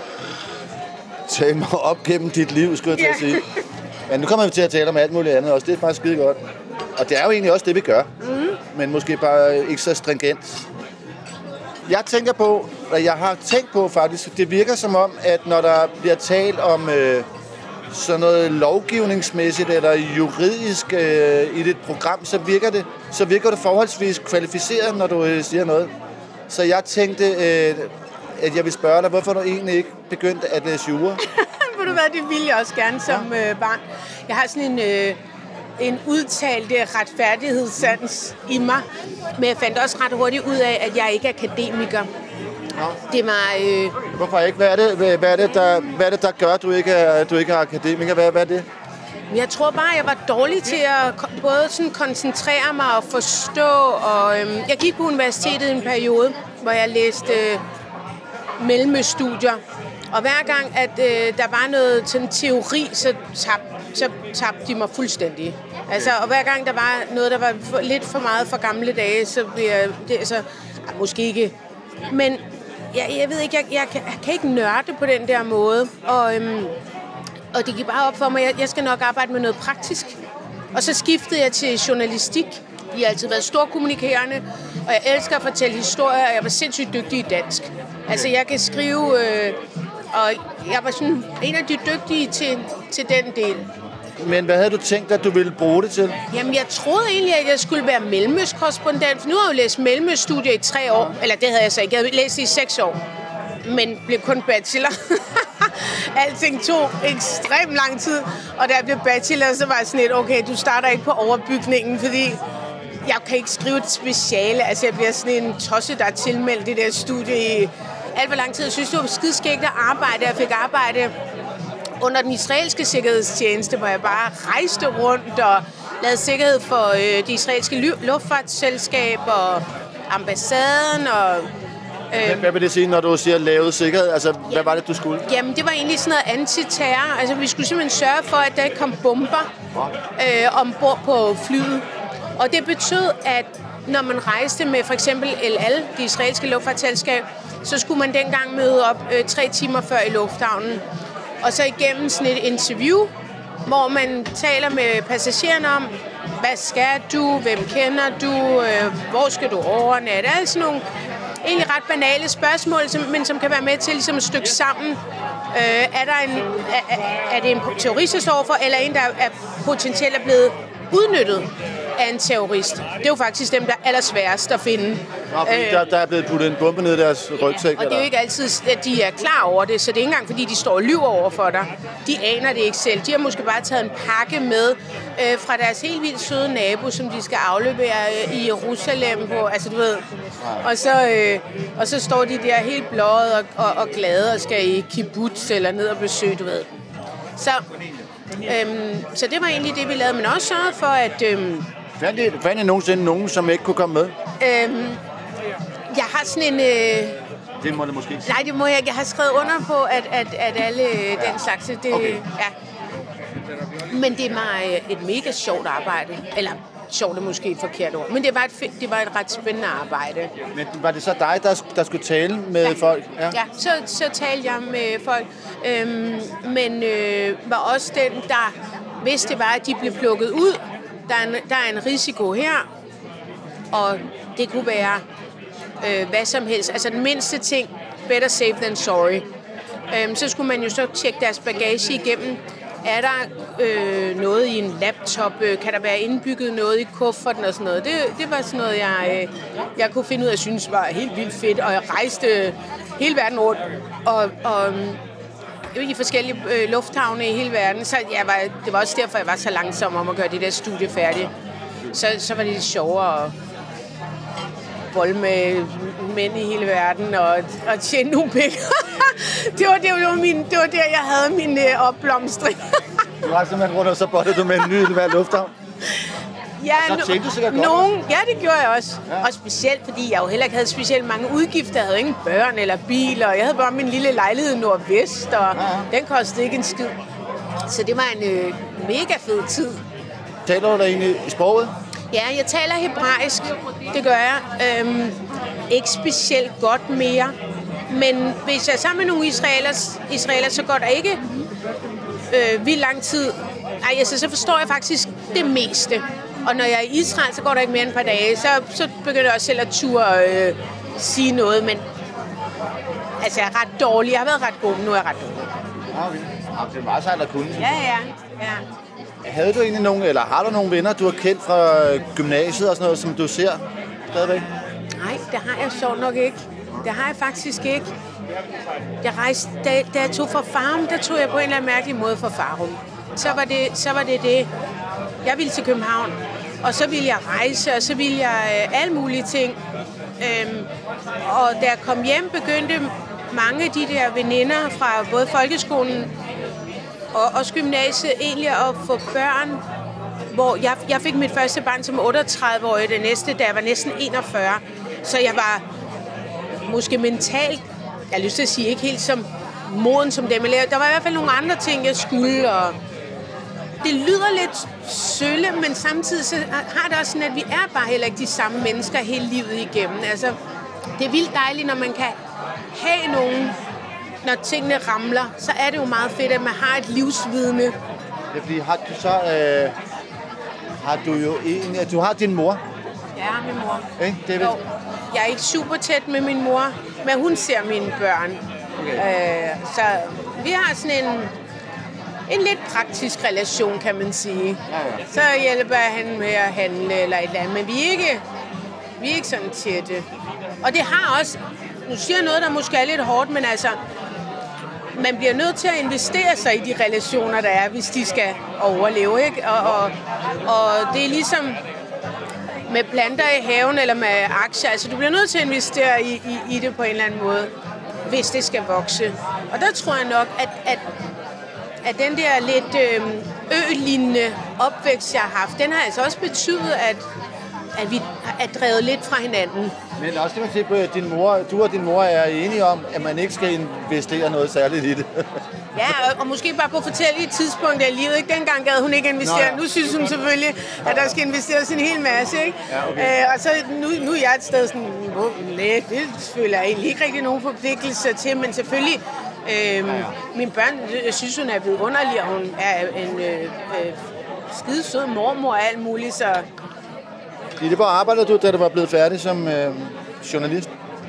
tage mig op gennem dit liv, skulle jeg til at sige. Men nu kommer vi til at tale om alt muligt andet også, det er bare skide godt. Og det er jo egentlig også det, vi gør. Mm. Men måske bare ikke så stringent. Jeg tænker på, og jeg har tænkt på faktisk, det virker som om, at når der bliver talt om øh, sådan noget lovgivningsmæssigt eller juridisk øh, i dit program, så virker det, så virker det forholdsvis kvalificeret, når du øh, siger noget. Så jeg tænkte, øh, at jeg vil spørge dig, hvorfor du egentlig ikke begyndte at læse jura? Ved du hvad, det ville jeg også gerne som ja. øh, barn. Jeg har sådan en... Øh en udtalt retfærdighedssans i mig. Men jeg fandt også ret hurtigt ud af, at jeg ikke er akademiker. Det var... Øh... Hvorfor ikke? Hvad er det, hvad er det, der, hvad er det, der gør, at du ikke er, du ikke er akademiker? Hvad, hvad er det? Jeg tror bare, at jeg var dårlig til at både sådan koncentrere mig og forstå. Og, øhm, jeg gik på universitetet en periode, hvor jeg læste øh, mellemøststudier. Og hver gang, at øh, der var noget sådan teori, så tabte så tabte de mig fuldstændig. Altså, og hver gang der var noget, der var for, lidt for meget for gamle dage, så blev jeg... Det, altså, ja, måske ikke. Men jeg, jeg ved ikke, jeg, jeg, kan, jeg kan ikke nørde på den der måde. Og... Øhm, Og det gik bare op for mig, at jeg skal nok arbejde med noget praktisk. Og så skiftede jeg til journalistik. Jeg har altid været storkommunikerende, og jeg elsker at fortælle historier, og jeg var sindssygt dygtig i dansk. Altså, jeg kan skrive, øh, og jeg var sådan en af de dygtige til, til den del. Men hvad havde du tænkt, at du ville bruge det til? Jamen, jeg troede egentlig, at jeg skulle være mellemøstkorrespondent, for nu har jeg jo læst mellemøststudier i tre år. Eller det havde jeg så ikke. Jeg havde læst det i seks år, men blev kun bachelor. Alting tog ekstremt lang tid, og da jeg blev bachelor, så var jeg sådan lidt, okay, du starter ikke på overbygningen, fordi jeg kan ikke skrive et speciale. Altså, jeg bliver sådan en tosse, der er tilmeldt det der studie i alt for lang tid. Jeg synes, det var skidskægt at arbejde. Jeg fik arbejde under den israelske sikkerhedstjeneste, hvor jeg bare rejste rundt og lavede sikkerhed for øh, det israelske luftfartsselskab og ambassaden og... Hvad, hvad vil det sige, når du siger lavet sikkerhed? Altså, hvad ja. var det, du skulle? Jamen, det var egentlig sådan noget antiterror. Altså, vi skulle simpelthen sørge for, at der ikke kom bomber øh, ombord på flyet. Og det betød, at når man rejste med for eksempel El Al, det israelske luftfartsselskab, så skulle man dengang møde op øh, tre timer før i lufthavnen. Og så igennem sådan et interview, hvor man taler med passagererne om, hvad skal du, hvem kender du, øh, hvor skal du overnatte, alt sådan nogle egentlig ret banale spørgsmål, som, men som kan være med til ligesom at stykke sammen. Øh, er, der en, er, er det en terrorist, der står for, eller en, der er potentielt er blevet udnyttet af en terrorist? Det er jo faktisk dem, der er allersværest at finde. Nå, fordi øh, der, der er blevet puttet en bombe ned i deres rygsæk? Og det er jo ikke altid, at de er klar over det, så det er ikke engang, fordi de står og lyver over for dig. De aner det ikke selv. De har måske bare taget en pakke med øh, fra deres helt vildt søde nabo, som de skal aflevere øh, i Jerusalem på, altså du ved. Og så, øh, og så står de der helt blåede og, og, og glade og skal i kibbutz eller ned og besøge, du ved. Så, øhm, så det var egentlig det, vi lavede, men også sørget for, at... Øhm, Fandt I nogensinde nogen, som ikke kunne komme med? Øhm, jeg har sådan en... Øh, det må det måske ikke. Nej, det må jeg ikke. Jeg har skrevet under på, at, at, at alle ja. den slags... Det, okay. Ja. Men det var et mega sjovt arbejde. Eller sjovt er måske et forkert ord. Men det var et, det var et ret spændende arbejde. Men var det så dig, der, der skulle tale med ja. folk? Ja, ja så, så talte jeg med folk. Øhm, men øh, var også den, der... Hvis det var, at de blev plukket ud... Der er, en, der er en risiko her, og det kunne være øh, hvad som helst. Altså den mindste ting, better safe than sorry. Øhm, så skulle man jo så tjekke deres bagage igennem. Er der øh, noget i en laptop? Kan der være indbygget noget i kufferten og sådan noget? Det, det var sådan noget, jeg, øh, jeg kunne finde ud af, at jeg synes var helt vildt fedt. Og jeg rejste hele verden rundt og... og i forskellige øh, lufthavne i hele verden, så jeg var, det var også derfor, jeg var så langsom om at gøre det der studie færdigt. Så, så var det lidt sjovere at bolle med mænd i hele verden og, og tjene nogle penge. det, var, det, var min, det var der, jeg havde min øh, opblomstring. Du var simpelthen rundt, og så bollede du med en ny hver lufthavn? Ja, så tjente du sikkert nogen, godt. Ja, det gjorde jeg også. Ja. Og specielt, fordi jeg jo heller ikke havde specielt mange udgifter. Jeg havde ingen børn eller biler. Jeg havde bare min lille lejlighed nordvest, og ja. den kostede ikke en skid. Så det var en øh, mega fed tid. Taler du da egentlig i sproget? Ja, jeg taler hebraisk. Det gør jeg. Øhm, ikke specielt godt mere. Men hvis jeg er sammen med nogle israelers, israeler, så går der ikke øh, vildt lang tid. Ej, altså, så forstår jeg faktisk det meste. Og når jeg er i Israel, så går der ikke mere end et par dage. Så, så begynder jeg også selv at turde øh, sige noget. Men altså, jeg er ret dårlig. Jeg har været ret god, men nu er jeg ret dårlig. Okay. Det er meget sejt at kunne. Ja, ja, ja. Havde du egentlig nogen, eller har du nogle venner, du har kendt fra gymnasiet og sådan noget, som du ser stadigvæk? Nej, det har jeg sjovt nok ikke. Det har jeg faktisk ikke. Jeg rejste, da, da jeg tog fra Farum, der tog jeg på en eller anden mærkelig måde fra Farum. Så var det så var det. det. jeg ville til København, og så ville jeg rejse, og så ville jeg øh, alle mulige ting. Øhm, og da jeg kom hjem, begyndte mange af de der veninder fra både folkeskolen og også gymnasiet egentlig at få børn, hvor jeg, jeg fik mit første barn som otteogtredive-årig, det næste, da jeg var næsten enogfyrre. Så jeg var måske mentalt, jeg har lyst til at sige, ikke helt som moden som dem. Der var i hvert fald nogle andre ting, jeg skulle, og det lyder lidt sølle, men samtidig så har det også sådan, at vi er bare heller ikke de samme mennesker hele livet igennem. Altså, det er vildt dejligt, når man kan have nogen, når tingene ramler, så er det jo meget fedt, at man har et livsvidne. Ja, fordi har du så, øh, har du jo en, du har din mor. Ja, min mor. Ikke, David? Jo, jeg er ikke super tæt med min mor, men hun ser mine børn. Okay. Øh, så vi har sådan en, en lidt praktisk relation, kan man sige. Ja, ja. Så hjælper han med at handle eller et eller andet, men vi er ikke, vi er ikke sådan tætte. Og det har også, nu siger jeg noget, der måske er lidt hårdt, men altså, man bliver nødt til at investere sig i de relationer, der er, hvis de skal overleve, ikke? Og, og, og det er ligesom med planter i haven eller med aktier, altså du bliver nødt til at investere i, i, i det på en eller anden måde, hvis det skal vokse. Og der tror jeg nok, at, at, at den der lidt øh, ø-lignende opvækst, jeg har haft, den har altså også betydet, at, at vi er drevet lidt fra hinanden. Men også det man siger på, at din mor, du og din mor er enige om, at man ikke skal investere noget særligt i det. Ja, og, og måske bare på forskellige tidspunkter i livet. Ikke? Dengang gad hun ikke investere. Nå, ja. Nu synes hun selvfølgelig, at der skal investeres en hel masse. Ikke? Ja, okay. øh, og så nu, nu er jeg et sted sådan, nej, det føler jeg egentlig ikke rigtig nogen forpligtelser til, men selvfølgelig, øh, ja, ja. mine børn, jeg synes hun er vidunderlig, og hun er en øh, øh, skide sød mormor og alt muligt, så... Det var arbejder du, da du var blevet færdig som øh, journalist?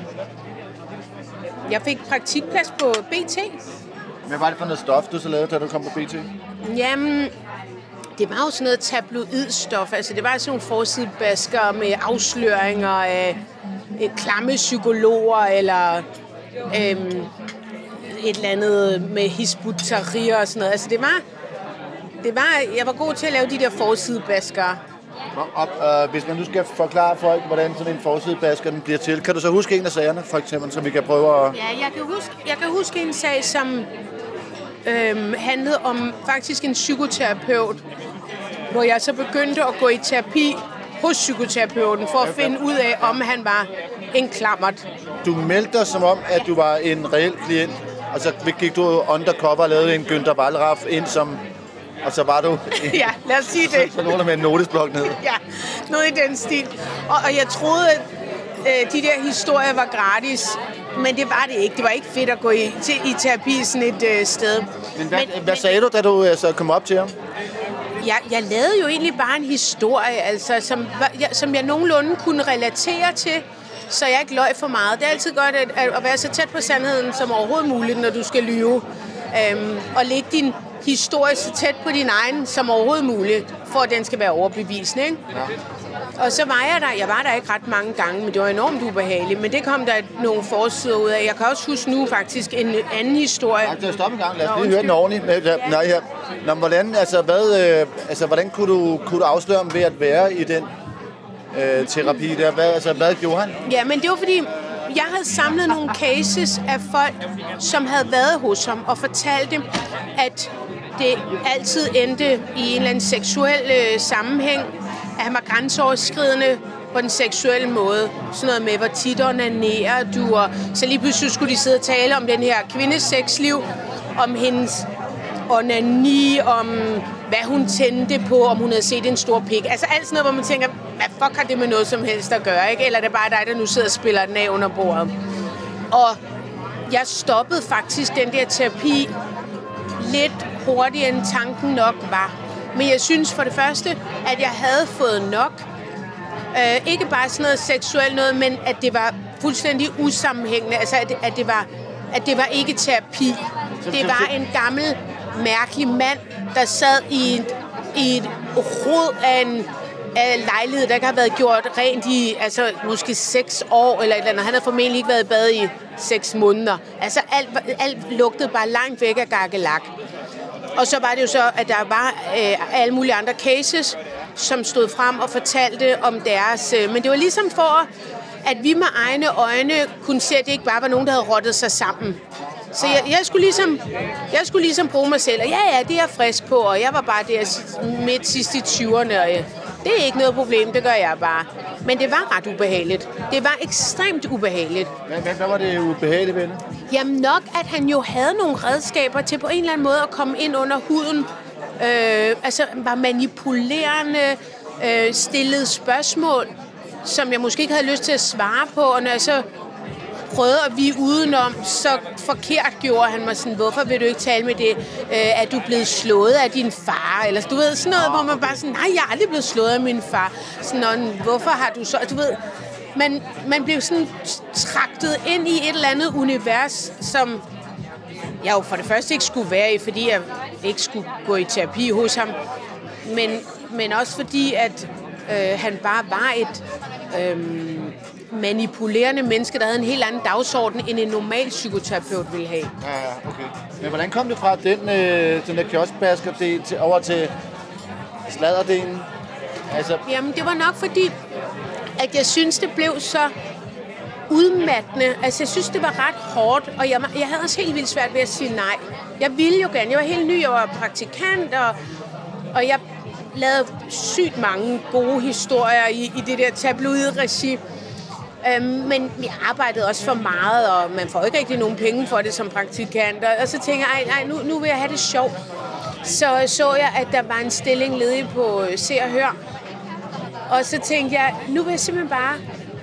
Jeg fik praktikplads på B T. Hvad var det for noget stof, du så lavede, da du kom på B T? Jamen, det var jo sådan noget tabloidstof. Altså, det var sådan nogle forsidebasker med afsløringer af et klamme psykologer, eller øhm, et eller andet med Hizb ut-Tahrir og sådan noget. Altså, det var, det var... Jeg var god til at lave de der forsidebasker. Og, øh, hvis man nu skal forklare folk, hvordan sådan en forsidebasker den bliver til, kan du så huske en af sagerne, for eksempel, så vi kan prøve at... Ja, jeg kan huske, jeg kan huske en sag, som øhm, handlede om faktisk en psykoterapeut, hvor jeg så begyndte at gå i terapi hos psykoterapeuten, for at finde ud af, om han var en klammert. Du meldte dig som om, at du var en reel klient, og så gik du undercover og lavede en Günther Wallraff ind som... Og så var du... Ja, lad os sige det. Så, så nogen der med en notesblok ned. Ja, noget i den stil. Og, og jeg troede, at øh, de der historier var gratis, men det var det ikke. Det var ikke fedt at gå i, til, i terapi sådan et øh, sted. Men hvad, men, hvad sagde men, du, da du altså, kom op til ham? Jeg, jeg lavede jo egentlig bare en historie, altså, som, jeg, som jeg nogenlunde kunne relatere til, så jeg ikke løj for meget. Det er altid godt at, at være så tæt på sandheden som overhovedet muligt, når du skal lyve. Øhm, og lægge din historie så tæt på din egen som overhovedet muligt, for at den skal være overbevisende, ikke? Ja. Og så var jeg der. Jeg var der ikke ret mange gange, men det var enormt ubehageligt. Men det kom der nogle forsider ud af. Jeg kan også huske nu faktisk en anden historie. Ja, stop en gang. Lad os lige høre den ordentligt. Ja. Nej, ja. Nå, hvordan, altså, hvad, øh, altså, hvordan kunne du, kunne du afsløre ham ved at være i den øh, terapi der? Hvad, altså, hvad gjorde han? Ja, men det var fordi... Jeg havde samlet nogle cases af folk, som havde været hos ham, og fortalt dem, at det altid endte i en eller anden seksuel øh, sammenhæng, at han var grænseoverskridende på den seksuelle måde. Sådan noget med, hvor tit onanerer du, og så lige pludselig skulle de sidde og tale om den her kvindes sexliv, om hendes onani, om hvad hun tændte på, om hun havde set en stor pik. Altså alt sådan noget, hvor man tænker, hvad fuck har det med noget som helst at gøre, ikke? Eller er det bare dig, der nu sidder og spiller den af under bordet? Og jeg stoppede faktisk den der terapi lidt hurtigere, end tanken nok var. Men jeg synes for det første, at jeg havde fået nok. Øh, ikke bare sådan noget seksuelt noget, men at det var fuldstændig usammenhængende. Altså at, at, det, var, at det var ikke terapi. Det var en gammel, mærkelig mand, der sad i et, i et rod af en af lejlighed, der ikke har været gjort rent i altså måske seks år eller et eller andet. Han har formentlig ikke været i bad i seks måneder. Altså alt, alt lugtede bare langt væk af gakkelak. Og så var det jo så, at der var øh, alle mulige andre cases, som stod frem og fortalte om deres... Øh, men det var ligesom for, at vi med egne øjne kunne se, at det ikke bare var nogen, der havde rottet sig sammen. Så jeg, jeg, skulle ligesom, jeg skulle ligesom bruge mig selv, og ja, ja, det er jeg frisk på, og jeg var bare der midt sidst i tyverne, og ja, det er ikke noget problem, det gør jeg bare. Men det var ret ubehageligt. Det var ekstremt ubehageligt. Hvad, hvad var det ubehageligt ved det? Jamen nok, at han jo havde nogle redskaber til på en eller anden måde at komme ind under huden. Øh, altså var manipulerende, øh, stillede spørgsmål, som jeg måske ikke havde lyst til at svare på, og når jeg så prøvede at vige udenom, så forkert gjorde han mig sådan, hvorfor vil du ikke tale med det, øh, at du er blevet slået af din far, eller du ved, sådan noget, hvor man bare sådan, nej, jeg er aldrig blevet slået af min far. Sådan noget, hvorfor har du så, du ved, man, man blev sådan traktet ind i et eller andet univers, som jeg jo for det første ikke skulle være i, fordi jeg ikke skulle gå i terapi hos ham, men, men også fordi, at øh, han bare var et øh, manipulerende menneske, der havde en helt anden dagsorden, end en normal psykoterapeut ville have. Ja, okay. Men hvordan kom det fra den, øh, den der kioskbasker-del til, over til sladderdelen? Altså... Jamen, det var nok fordi, at jeg synes, det blev så udmattende. Altså, jeg synes, det var ret hårdt, og jeg, jeg havde også helt vildt svært ved at sige nej. Jeg ville jo gerne. Jeg var helt ny, jeg var praktikant, og, og jeg lavede sygt mange gode historier i, i det der tabloid-regi. Øhm, men jeg arbejdede også for meget, og man får ikke rigtig nogen penge for det som praktikant. Og så tænkte jeg, nej, nu, nu vil jeg have det sjovt. Så så jeg, at der var en stilling ledig på Se og Hør. Og så tænkte jeg, nu vil jeg simpelthen bare,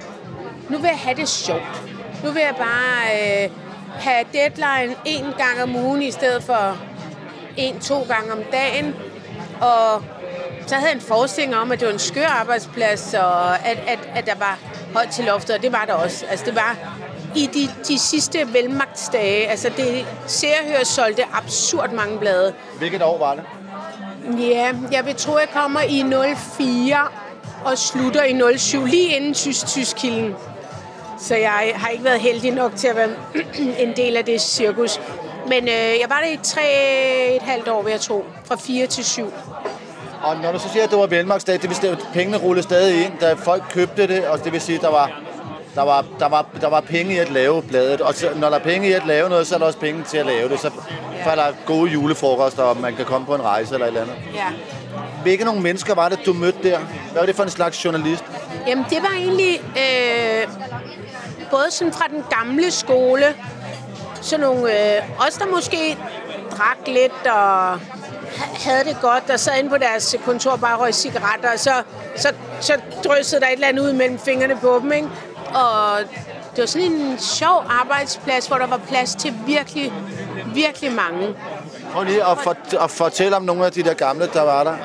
nu vil jeg have det sjovt. Nu vil jeg bare øh, have deadline en gang om ugen i stedet for en, to gange om dagen. Og så havde jeg en forestilling om, at det var en skør arbejdsplads, og at, at, at der var højt til loftet, og det var der også. Altså det var i de, de sidste velmagtsdage, altså det Se og Hør solgte absurd mange blade. Hvilket år var det? Ja, jeg vil tro, jeg kommer i nul fire og slutter i nul syv, lige inden Tysk-Tysk-kilden. Så jeg har ikke været heldig nok til at være en del af det cirkus. Men øh, jeg var der i tre et halvt år, vil jeg tro. Fra fire til syv. Og når du så siger, at det var velmagtsdag, det vil sige, at pengene rullede stadig ind, da folk købte det, og det vil sige, at der var, der var, der var, der var penge i at lave bladet. Og så, når der er penge i at lave noget, så er der også penge til at lave det. Så falder der gode julefrokoster, og man kan komme på en rejse eller et eller andet. Ja. Hvilke nogle mennesker var det, du mødte der? Hvad var det for en slags journalist? Jamen, det var egentlig øh, både sådan fra den gamle skole, så nogle øh, os, der måske drak lidt og havde det godt, og sad inde på deres kontor bare røg cigaretter, og så, så, så dryssede der et eller andet ud mellem fingrene på dem, ikke? Og det var sådan en sjov arbejdsplads, hvor der var plads til virkelig, virkelig mange. Prøv lige at, for, at fortælle om nogle af de der gamle, der var der.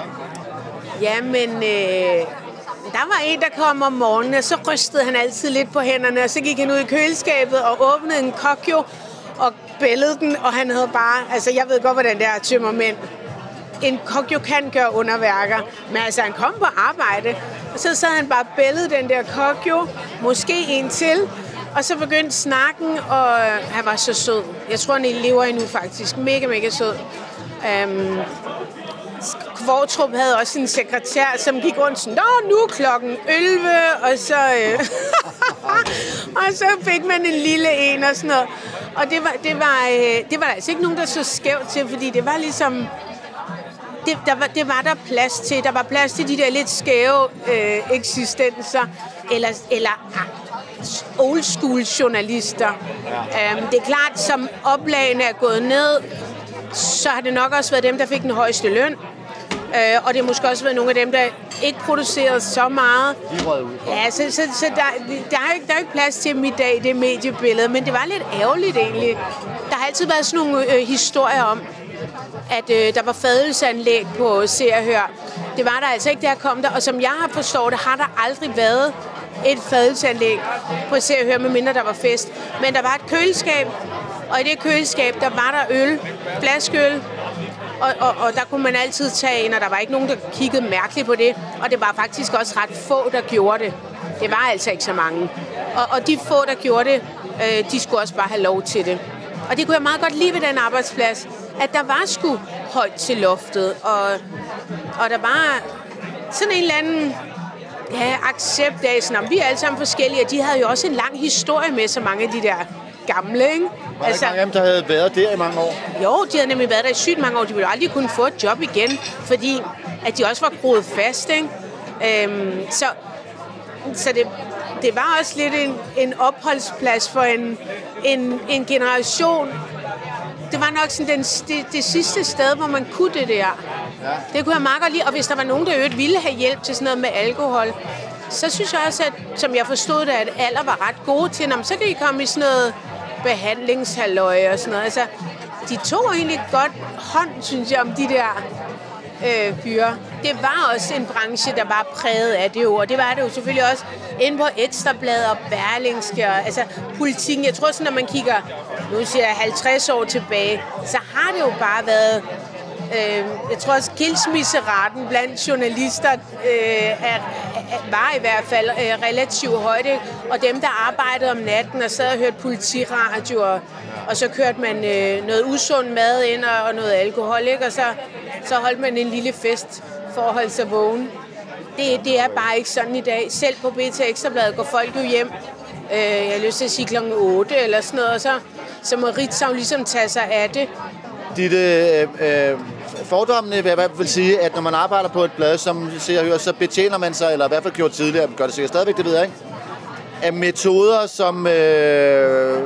Jamen, øh, der var en, der kom om morgenen, og så rystede han altid lidt på hænderne, og så gik han ud i køleskabet og åbnede en kokjo og bællede den, og han havde bare, altså jeg ved godt, hvordan det er tømmermænd. En kokjo kan gøre underværker, men altså han kom på arbejde, og så sad han bare og bællede den der kokjo, måske en til, og så begyndte snakken, og han var så sød. Jeg tror, han lever endnu faktisk. Mega, mega sød. Um, Kvartrup havde også en sekretær, som gik rundt sådan, nå, nu er klokken elleve, og så, øh, og så fik man en lille en og sådan noget. Og det var, det var, øh, det var altså ikke nogen, der så skævt til, fordi det var ligesom, det, der var, det var der plads til. Der var plads til de der lidt skæve øh, eksistenser, eller, eller old school journalister. Ja. Um, det er klart, som oplagene er gået ned, så har det nok også været dem, der fik den højeste løn. Uh, og det har måske også været nogle af dem, der ikke producerede så meget. Ja, så, så, så der, der, er ikke, der er ikke plads til dem i dag, det mediebillede, men det var lidt ærgerligt egentlig. Der har altid været sådan nogle øh, historier om, at øh, der var fadelsanlæg på Se og Hør. Det var der altså ikke, der kom der, og som jeg har forstået det, har der aldrig været et fadelsanlæg på Se og Hør, medmindre der var fest. Men der var et køleskab, og i det køleskab, der var der øl, flaskeøl, og, og, og der kunne man altid tage ind, og der var ikke nogen, der kiggede mærkeligt på det. Og det var faktisk også ret få, der gjorde det. Det var altså ikke så mange. Og, og de få, der gjorde det, øh, de skulle også bare have lov til det. Og det kunne jeg meget godt lide ved den arbejdsplads, at der var sgu højt til loftet, og, og der var sådan en eller anden ja, accept af, sådan, vi er alle sammen forskellige, og de havde jo også en lang historie med så mange af de der gamle, ikke? Var der altså, ikke mange af dem, der havde været der i mange år? Jo, de havde nemlig været der i sygt mange år. De ville aldrig kunne få et job igen, fordi at de også var groet fast, ikke? Øhm, så så det, det var også lidt en, en opholdsplads for en, en, en generation. Det var nok sådan den, det, det sidste sted, hvor man kunne det der. Ja. Det kunne jeg meget godt lide. Og hvis der var nogen, der øvrigt ville have hjælp til sådan noget med alkohol, så synes jeg også, at som jeg forstod det, at Aller var ret gode til, så kan I komme i sådan noget behandlingshalløj og sådan noget. Altså, de tog egentlig godt hånd, synes jeg, om de der øh, fyre. Det var også en branche, der var præget af det jo, og det var det jo selvfølgelig også inde på Ekstrabladet og Berlingske, og, altså Politikken. Jeg tror sådan, når man kigger, nu siger jeg halvtreds år tilbage, så har det jo bare været, øh, jeg tror også skilsmisseraten blandt journalister øh, er, er, var i hvert fald øh, relativt højt, og dem, der arbejdede om natten og sad og hørte politiradio, og, og så kørte man øh, noget usund mad ind og, og noget alkohol, ikke? Og så, så holdt man en lille fest for at holde sig vågen. Det, det er bare ikke sådan i dag. Selv på B T Ekstrabladet går folk jo hjem, øh, jeg har lyst til at sige klokken otte eller sådan noget, og så, så må Ritzau ligesom tage sig af det. Dit øh, øh, fordommene vil jeg vil sige, at når man arbejder på et blad, som ser og hører, så betjener man sig, eller i hvert fald gjort tidligere, gør det sikkert stadigvæk, det ved jeg ikke, af metoder, som øh,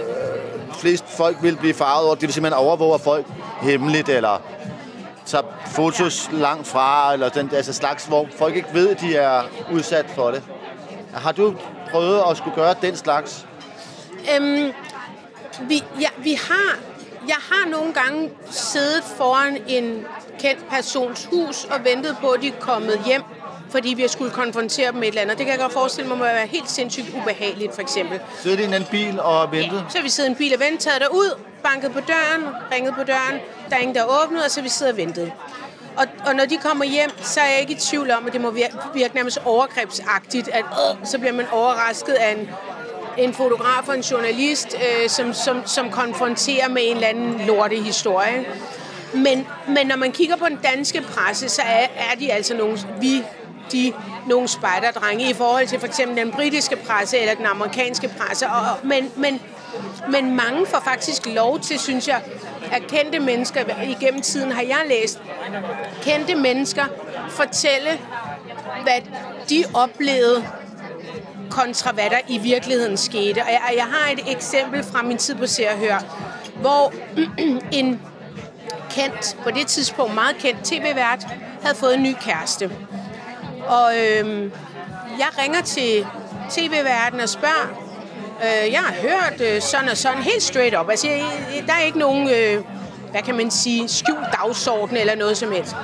flest folk vil blive farvet over. Det vil sige, at man overvåger folk hemmeligt, eller tager fotos ja. langt fra, eller den altså slags, hvor folk ikke ved, at de er udsat for det. Har du prøvet at skulle gøre den slags? Øhm, vi, ja, vi har... Jeg har nogle gange siddet foran en kendt persons hus og ventet på, at de er kommet hjem, fordi vi skulle konfrontere dem med et eller andet. Det kan jeg godt forestille mig, må være helt sindssygt ubehageligt, for eksempel. Sidder de i en anden bil og ventet? Ja, så har vi siddet i en bil og ventet, taget derud, banket på døren, ringet på døren, der er ingen, der åbnet, og så vi sidder og ventet. Og, og når de kommer hjem, så er jeg ikke i tvivl om, at det må virke, virke nærmest overgrebsagtigt, at øh, så bliver man overrasket af en en fotograf og en journalist, øh, som, som, som konfronterer med en eller anden lorte historie. Men, men når man kigger på den danske presse, så er, er de altså nogle, vi, de, nogle spejderdrenge i forhold til for eksempel den britiske presse eller den amerikanske presse. Og, men, men, men mange får faktisk lov til, synes jeg, at kendte mennesker, igennem tiden har jeg læst, kendte mennesker fortælle, hvad de oplevede kontra hvad der i virkeligheden skete. Og jeg, jeg har et eksempel fra min tid på Se og Hør, hvor en kendt, på det tidspunkt meget kendt tv-vært, havde fået en ny kæreste. Og øhm, jeg ringer til tv-værten og spørger, øh, jeg har hørt øh, sådan og sådan, helt straight up. Altså, jeg, der er ikke nogen, øh, hvad kan man sige, skjult dagsorden eller noget som helst.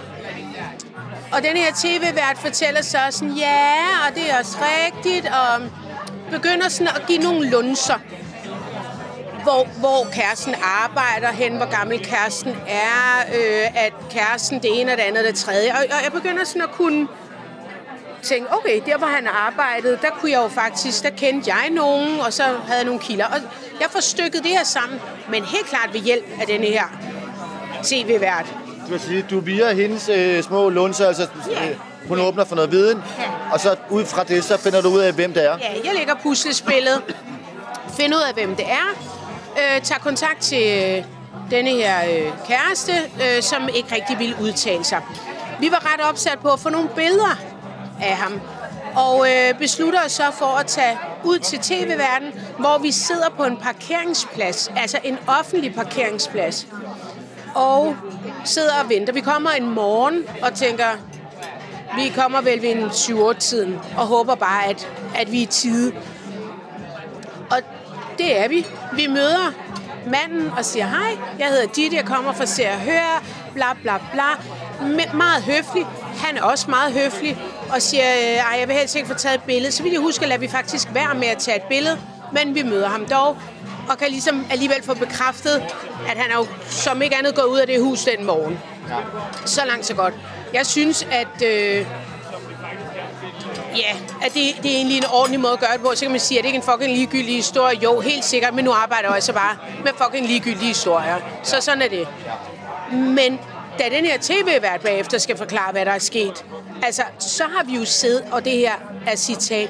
Og den her tv-vært fortæller så sådan, ja, og det er også rigtigt, og begynder sådan at give nogle lunser, hvor, hvor kæresten arbejder hen, hvor gammel kæresten er, øh, at kæresten det ene og det andet og det tredje. Og, og jeg begynder sådan at kunne tænke, okay, der hvor han arbejdede, der kunne jeg jo faktisk, der kendte jeg nogen, og så havde jeg nogle kilder. Og jeg får stykket det her sammen, men helt klart ved hjælp af denne her tv-vært. Du vil sige, du via hendes øh, små lunser, altså øh, hun åbner for noget viden, ja. Og så ud fra det, så finder du ud af, hvem det er. Ja, jeg lægger puslespillet, finder ud af, hvem det er, øh, tager kontakt til øh, denne her øh, kæreste, øh, som ikke rigtig ville udtale sig. Vi var ret opsat på at få nogle billeder af ham, og øh, beslutter os så for at tage ud til tv-verden, hvor vi sidder på en parkeringsplads, altså en offentlig parkeringsplads, og sidder og venter. Vi kommer en morgen og tænker, vi kommer vel ved en syv otte tiden og håber bare, at, at vi er i tide. Og det er vi. Vi møder manden og siger, hej, jeg hedder Ditte, jeg kommer fra Se og Hør, bla bla bla. Me- meget høflig. Han er også meget høflig og siger, ej, jeg vil helst ikke få taget et billede. Så vil jeg huske at lade vi faktisk være med at tage et billede, men vi møder ham dog og kan ligesom alligevel få bekræftet, at han er jo som ikke andet gået ud af det hus den morgen. Ja. Så langt, så godt. Jeg synes, at, øh, ja, at det, det er egentlig en ordentlig måde at gøre det på. Så kan man sige, at det ikke er en fucking ligegyldig historie. Jo, helt sikkert, men nu arbejder jeg altså bare med fucking ligegyldige historier. Så sådan er det. Men da den her tv-vært bagefter skal forklare, hvad der er sket, altså, så har vi jo siddet, og det her er citat,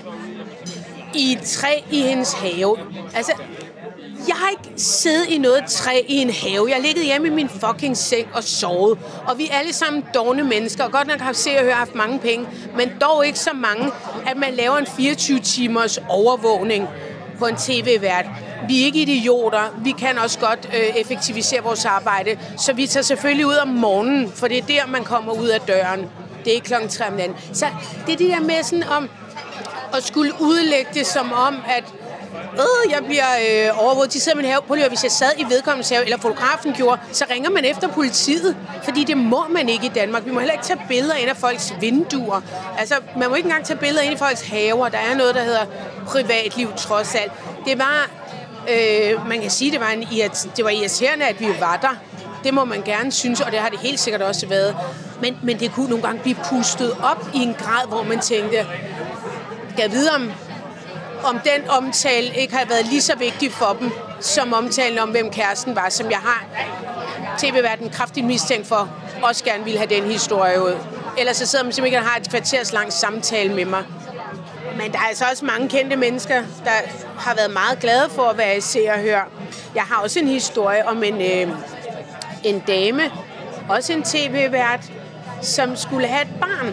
i et træ i hendes have. Altså, jeg har ikke siddet i noget træ i en have. Jeg har ligget hjemme i min fucking seng og sovet. Og vi er alle sammen dovne mennesker, og godt nok har Se og Hør haft mange penge, men dog ikke så mange, at man laver en fireogtyve timers overvågning på en tv-vært. Vi er ikke idioter. Vi kan også godt øh, effektivisere vores arbejde, så vi tager selvfølgelig ud om morgenen, for det er der, man kommer ud af døren. Det er ikke klokken tre om natten. Så det er det der med sådan om at skulle udlægge det som om, at øh, jeg bliver øh, overvåget. De sidder i min have. Prøv lige, hvis jeg sad i vedkommendes have, eller fotografen gjorde, så ringer man efter politiet, fordi det må man ikke i Danmark. Vi må heller ikke tage billeder ind af folks vinduer. Altså, man må ikke engang tage billeder ind i folks haver. Der er noget, der hedder privatliv, trods alt. Det var, øh, man kan sige, det var, en, det var irriterende, at vi var der. Det må man gerne synes, og det har det helt sikkert også været. Men, men det kunne nogle gange blive pustet op i en grad, hvor man tænkte, skal jeg vide om, om den omtale ikke har været lige så vigtig for dem, som omtalen om, hvem kæresten var, som jeg har tv-værten kraftigt mistænkt for, også gerne ville have den historie ud. Ellers så sidder man simpelthen og har et kvarters lang samtale med mig. Men der er altså også mange kendte mennesker, der har været meget glade for at være i Se og Hør. Jeg har også en historie om en, øh, en dame, også en tv-vært, som skulle have et barn,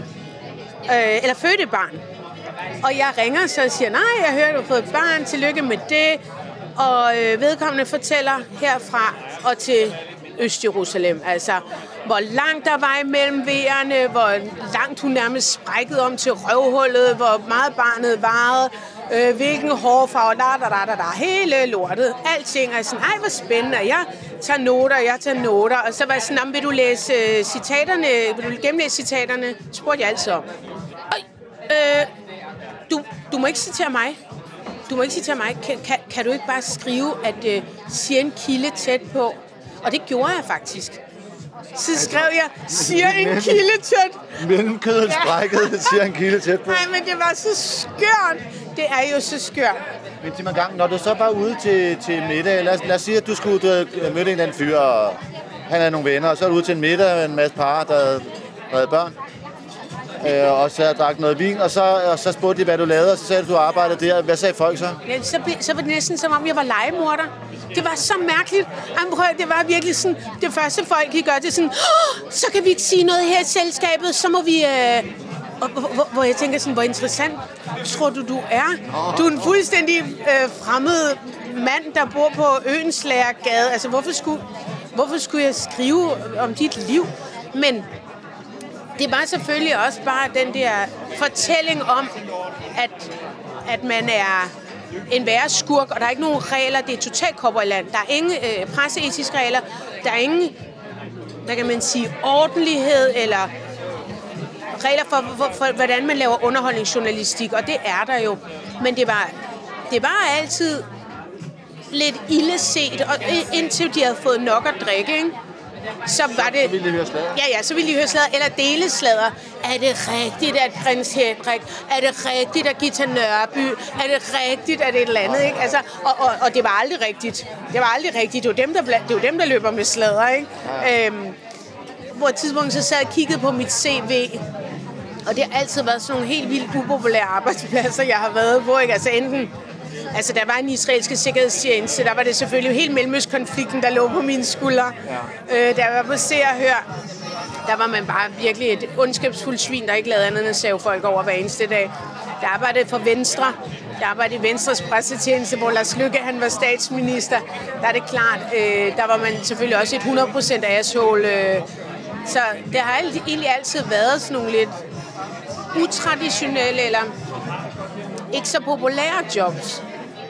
øh, eller fødte et barn. Og jeg ringer så og siger, nej, jeg hører, du har fået et barn, tillykke med det. Og øh, vedkommende fortæller herfra og til Øst-Jerusalem, altså hvor langt der var imellem vejerne, hvor langt hun nærmest sprækkede om til røvhullet, hvor meget barnet varede, øh, hvilken hårfarve, da, da, da, da, da, hele lortet, alting. Og sådan, ej, hvor spændende, jeg tager noter, jeg tager noter. Og så var jeg sådan, vil du læse øh, citaterne, vil du gennemlæse citaterne? Det spurgte jeg altid om. Og, øh, du, du må ikke citere mig. Du må ikke citere mig. Kan, kan, kan du ikke bare skrive, at øh, siger en kilde tæt på? Og det gjorde jeg faktisk. Så skrev jeg, siger en kilde tæt. Mellem kødet sprækket, siger en kilde tæt på. Nej, men det var så skørt. Det er jo så skørt. Men til en gang, når du så var ude til, til middag, lad os, lad os sige, at du skulle møde en eller anden fyr, og han havde nogle venner, og så er du ude til en middag med en masse par, der havde, der havde børn. Øh, og så drak noget vin, og så, og så spurgte de, hvad du lavede, og så sagde du, du arbejdede der. Hvad sagde folk så? Ja, så, så var det næsten som om, jeg var legemorder. Det var så mærkeligt. Det var virkelig sådan, det første folk, de gør, det sådan, så kan vi ikke sige noget her i selskabet, så må vi... Øh... Og, hvor, hvor jeg tænker sådan, hvor interessant tror du, du er? Du er en fuldstændig øh, fremmed mand, der bor på Øenslagergade. Altså, hvorfor skulle, hvorfor skulle jeg skrive om dit liv? Men det var selvfølgelig også bare den der fortælling om, at, at man er en værre skurk, og der er ikke nogen regler. Det er totalt cowboyland. Der er ingen øh, presseetiske regler. Der er ingen, der kan man sige, ordentlighed eller regler for, for, for, hvordan man laver underholdningsjournalistik, og det er der jo. Men det var, det var altid lidt illeset, og indtil de havde fået nok at drikke, ikke? Så var det... Så ville de høre sladder? Ja, ja, så ville de høre sladder, eller dele sladder. Er det rigtigt, at prins Henrik? Er det rigtigt, at Gita Nørby? Er det rigtigt, at det er et eller andet, ikke? Altså, og, og, og det var aldrig rigtigt. Det var aldrig rigtigt. Det var dem, der, det var dem, der løber med sladder, ikke? Ja. Øhm, på et tidspunkt så sad jeg og kiggede på mit C V, og det har altid været sådan nogle helt vildt upopulære arbejdspladser, jeg har været på, ikke? Altså enten... Altså, der var en israelske sikkerhedstjeneste, der var det selvfølgelig helt Mellemøstkonflikten, der lå på mine skuldre. Ja. Øh, da jeg var på Se og Hør, der var man bare virkelig et ondskabsfuldt svin, der ikke lavede andet end at save folk over hver eneste dag. Der arbejdede for Venstre. Der arbejdede i Venstres pressetjeneste, hvor Lars Løkke, han var statsminister. Der er det klart, øh, der var man selvfølgelig også et hundrede procent asshole. Øh. Så det har egentlig altid været sådan nogle lidt utraditionelle eller ikke så populære jobs.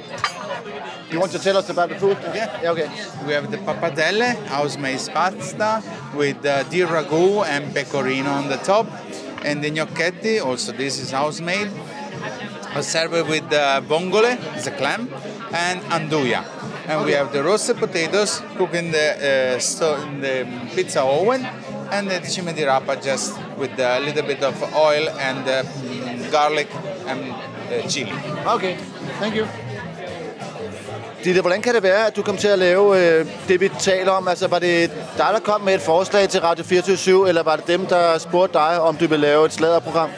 You want to tell us about the food? Okay. Yeah, okay. We have the pappardelle, house-made pasta with uh, deer ragu and pecorino on the top, and the gnocchetti. Also, this is house-made. I serve it with uh, vongole, it's a clam, and anduja. And we have the roasted potatoes cooked in the, uh, sto- in the pizza oven, and the cime di rapa just with a little bit of oil and uh, garlic and uh, chili. Okay, thank you. Ditte, hvordan kan det være, at du kom til at lave øh, det, vi taler om? Altså, var det dig, der kom med et forslag til Radio fireogtyve syv, eller var det dem, der spurgte dig, om du ville lave et sladderprogram?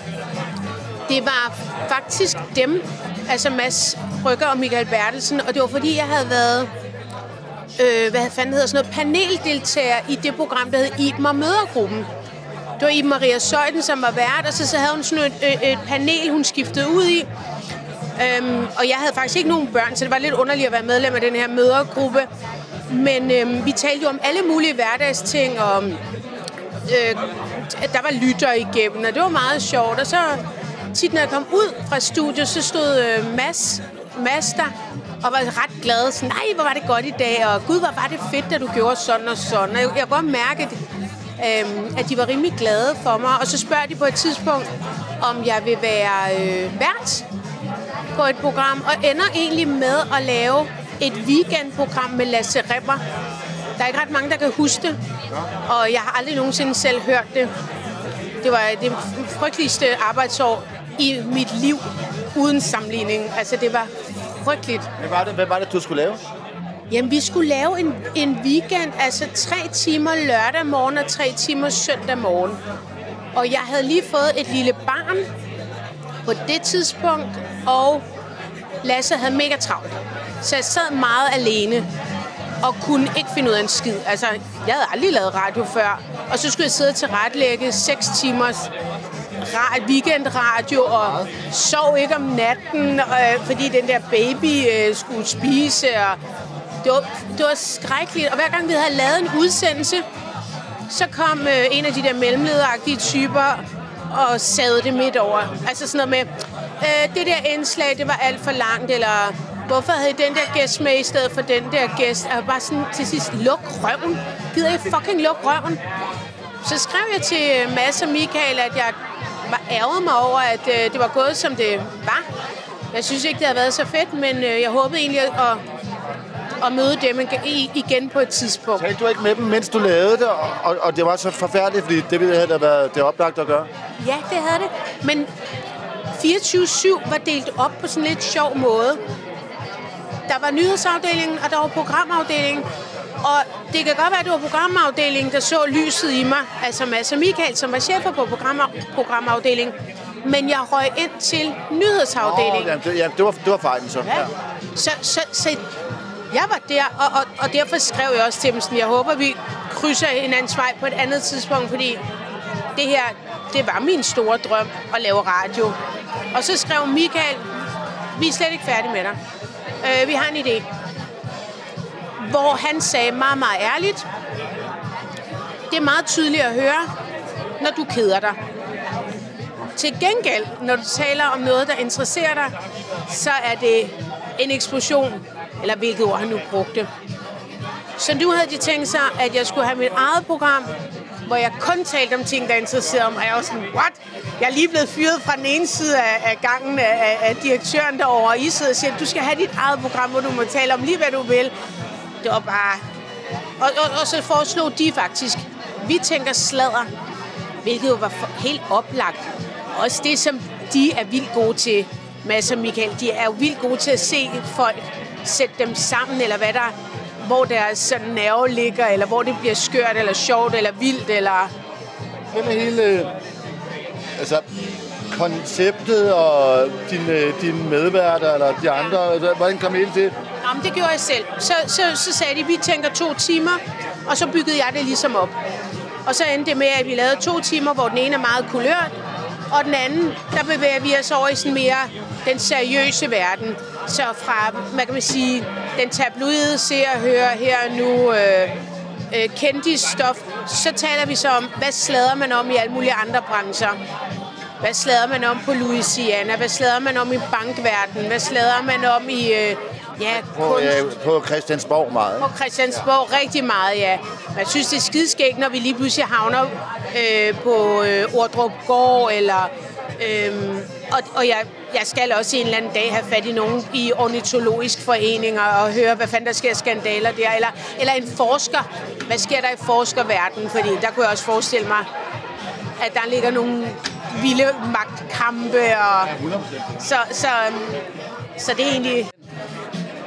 Det var faktisk dem, altså Mads Brygger og Michael Bertelsen, og det var fordi, jeg havde været øh, hvad fanden hedder sådan noget, paneldeltager i det program, der hed Iben og Mødergruppen. Det var Iben Maria Søjden, som var vært, og så, så havde hun sådan et, et, et panel, hun skiftede ud i. Øhm, og jeg havde faktisk ikke nogen børn, så det var lidt underligt at være medlem af den her mødergruppe. Men øhm, vi talte jo om alle mulige hverdagsting, og øh, der var lytter igennem, og det var meget sjovt. Og så tit, når jeg kom ud fra studiet, så stod øh, Mads, Mads der, og var ret glad. Så, nej, hvor var det godt i dag, og gud, hvor var det fedt, at du gjorde sådan og sådan. Og jeg, jeg kunne godt mærke, at, øh, at de var rimelig glade for mig. Og så spørger de på et tidspunkt, om jeg vil være øh, vært på et program, og ender egentlig med at lave et weekendprogram med Lasse Rimmer. Der er ikke ret mange, der kan huske det, og jeg har aldrig nogensinde selv hørt det. Det var det frygteligste arbejdsår i mit liv, uden sammenligning. Altså, det var frygteligt. Hvad var det, hvad var det du skulle lave? Jamen, vi skulle lave en, en weekend, altså tre timer lørdag morgen og tre timer søndag morgen. Og jeg havde lige fået et lille barn på det tidspunkt, og Lasse havde mega travlt. Så jeg sad meget alene og kunne ikke finde ud af en skid. Altså, jeg havde aldrig lavet radio før, og så skulle jeg sidde til retlægge seks timers ra- weekendradio og sov ikke om natten, øh, fordi den der baby øh, skulle spise. Og det, var, det var skrækkeligt. Og hver gang vi havde lavet en udsendelse, så kom øh, en af de der mellemlederagtige typer og savede det midt over. Altså sådan noget med, øh, det der indslag, det var alt for langt, eller hvorfor havde den der gæst med i stedet for den der gæst? Og bare sådan til sidst, luk røven. Gider jeg fucking luk røven? Så skrev jeg til Mads og Michael, at jeg var ærget mig over, at øh, det var gået, som det var. Jeg synes ikke, det havde været så fedt, men øh, jeg håbede egentlig at, at møde dem igen på et tidspunkt. Talte du ikke med dem, mens du lavede det, og, og det var så forfærdeligt, fordi det ville have været det oplagt at gøre? Ja, det havde det. Men fireogtyve syv var delt op på sådan lidt sjov måde. Der var nyhedsafdelingen, og der var programafdelingen. Og det kan godt være, at det var programafdelingen, der så lyset i mig. Altså Mads og Michael, som var chefer på program- programafdelingen. Men jeg røg ind til nyhedsafdelingen. Oh, ja, det var, det var fejlen så. Ja. Ja. Så, så, så jeg var der, og, og, og derfor skrev jeg også til dem sådan, jeg håber, vi krydser hinandens vej på et andet tidspunkt, fordi det her, det var min store drøm at lave radio. Og så skrev Michael, vi er slet ikke færdige med dig. Øh, vi har en idé. Hvor han sagde meget, meget ærligt, det er meget tydeligt at høre, når du keder dig. Til gengæld, når du taler om noget, der interesserer dig, så er det en eksplosion, eller hvilket ord han nu brugte. Så nu havde de tænkt sig, at jeg skulle have mit eget program, hvor jeg kun talte om ting, der interesserede mig. Og jeg var sådan, what? Jeg er lige blevet fyret fra den ene side af, af gangen af, af direktøren derovre, og I sidder og siger, du skal have dit eget program, hvor du må tale om lige, hvad du vil. Det var bare... Og, og, og så foreslog de faktisk, vi tænker sladder, hvilket jo var for, helt oplagt. Også det, som de er vildt gode til, Mads og Michael, de er jo vildt gode til at se folk, sætte dem sammen, eller hvad der, hvor deres sådan nerve ligger, eller hvor det bliver skørt, eller sjovt, eller vildt, eller... Hvad med hele... Altså, konceptet og dine, dine medværter, eller de andre, ja. Hvordan kom I til? Jamen, det gjorde jeg selv. Så, så, så sagde de, vi tænker to timer, og så byggede jeg det ligesom op. Og så endte det med, at vi lavede to timer, hvor den ene er meget kulørt, og den anden, der bevæger vi os over i sådan mere den seriøse verden. Så fra, hvad kan man sige, den tabloide ser og hører her nu øh, øh, kendisstof, så taler vi så om, hvad slader man om i alle mulige andre brancher. Hvad slader man om på Louisiana? Hvad slader man om i bankverdenen? Hvad slader man om i... Øh, ja, på, ja, på Christiansborg meget. På Christiansborg rigtig meget, ja. Man synes, det er skideskægt, når vi lige pludselig havner øh, på øh, Ordrup Gård, eller... Øh, og og jeg, jeg skal også en eller anden dag have fat i nogen i ornitologisk foreninger og høre, hvad fanden der sker skandaler der. Eller, eller en forsker. Hvad sker der i forskerverdenen? Fordi der kunne jeg også forestille mig, at der ligger nogle vilde magtkampe. Og, så, så, så det er egentlig...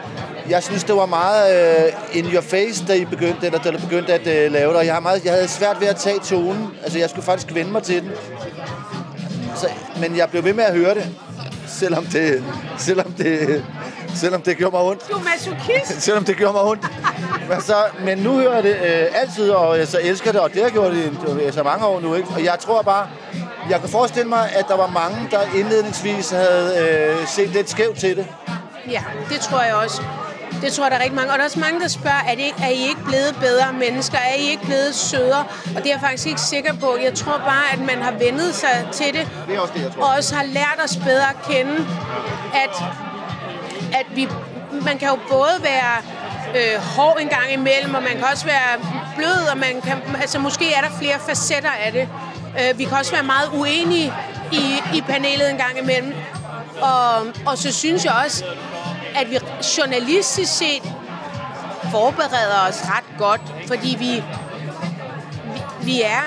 jeg synes, det var meget uh, in your face, da I begyndte, eller da I begyndte at uh, lave det. Og jeg, har meget, jeg havde svært ved at tage tonen. Altså, jeg skulle faktisk vende mig til den. Så, men jeg blev ved med at høre det, selvom det, selvom det, selvom det gjorde mig ondt. Du er masochist. Selvom det gjorde mig ondt. Men, så, men nu hører jeg det øh, altid, og jeg så elsker det, og det har gjort det i så mange år nu, ikke? Og jeg tror bare, jeg kan forestille mig, at der var mange, der indledningsvis havde øh, set lidt skævt til det. Ja, det tror jeg også. Det tror jeg, der er rigtig mange. Og der er også mange, der spørger, er, det ikke, er I ikke blevet bedre mennesker? Er I ikke blevet sødere? Og det er jeg faktisk ikke sikker på. Jeg tror bare, at man har vendet sig til det. Det er også det, jeg tror. Og også har lært os bedre at kende, at, at vi, man kan jo både være øh, hård en gang imellem, og man kan også være blød, og man kan, altså måske er der flere facetter af det. Øh, vi kan også være meget uenige i, i panelet en gang imellem. Og, og så synes jeg også, at vi journalistisk set forbereder os ret godt, fordi vi, vi, vi er...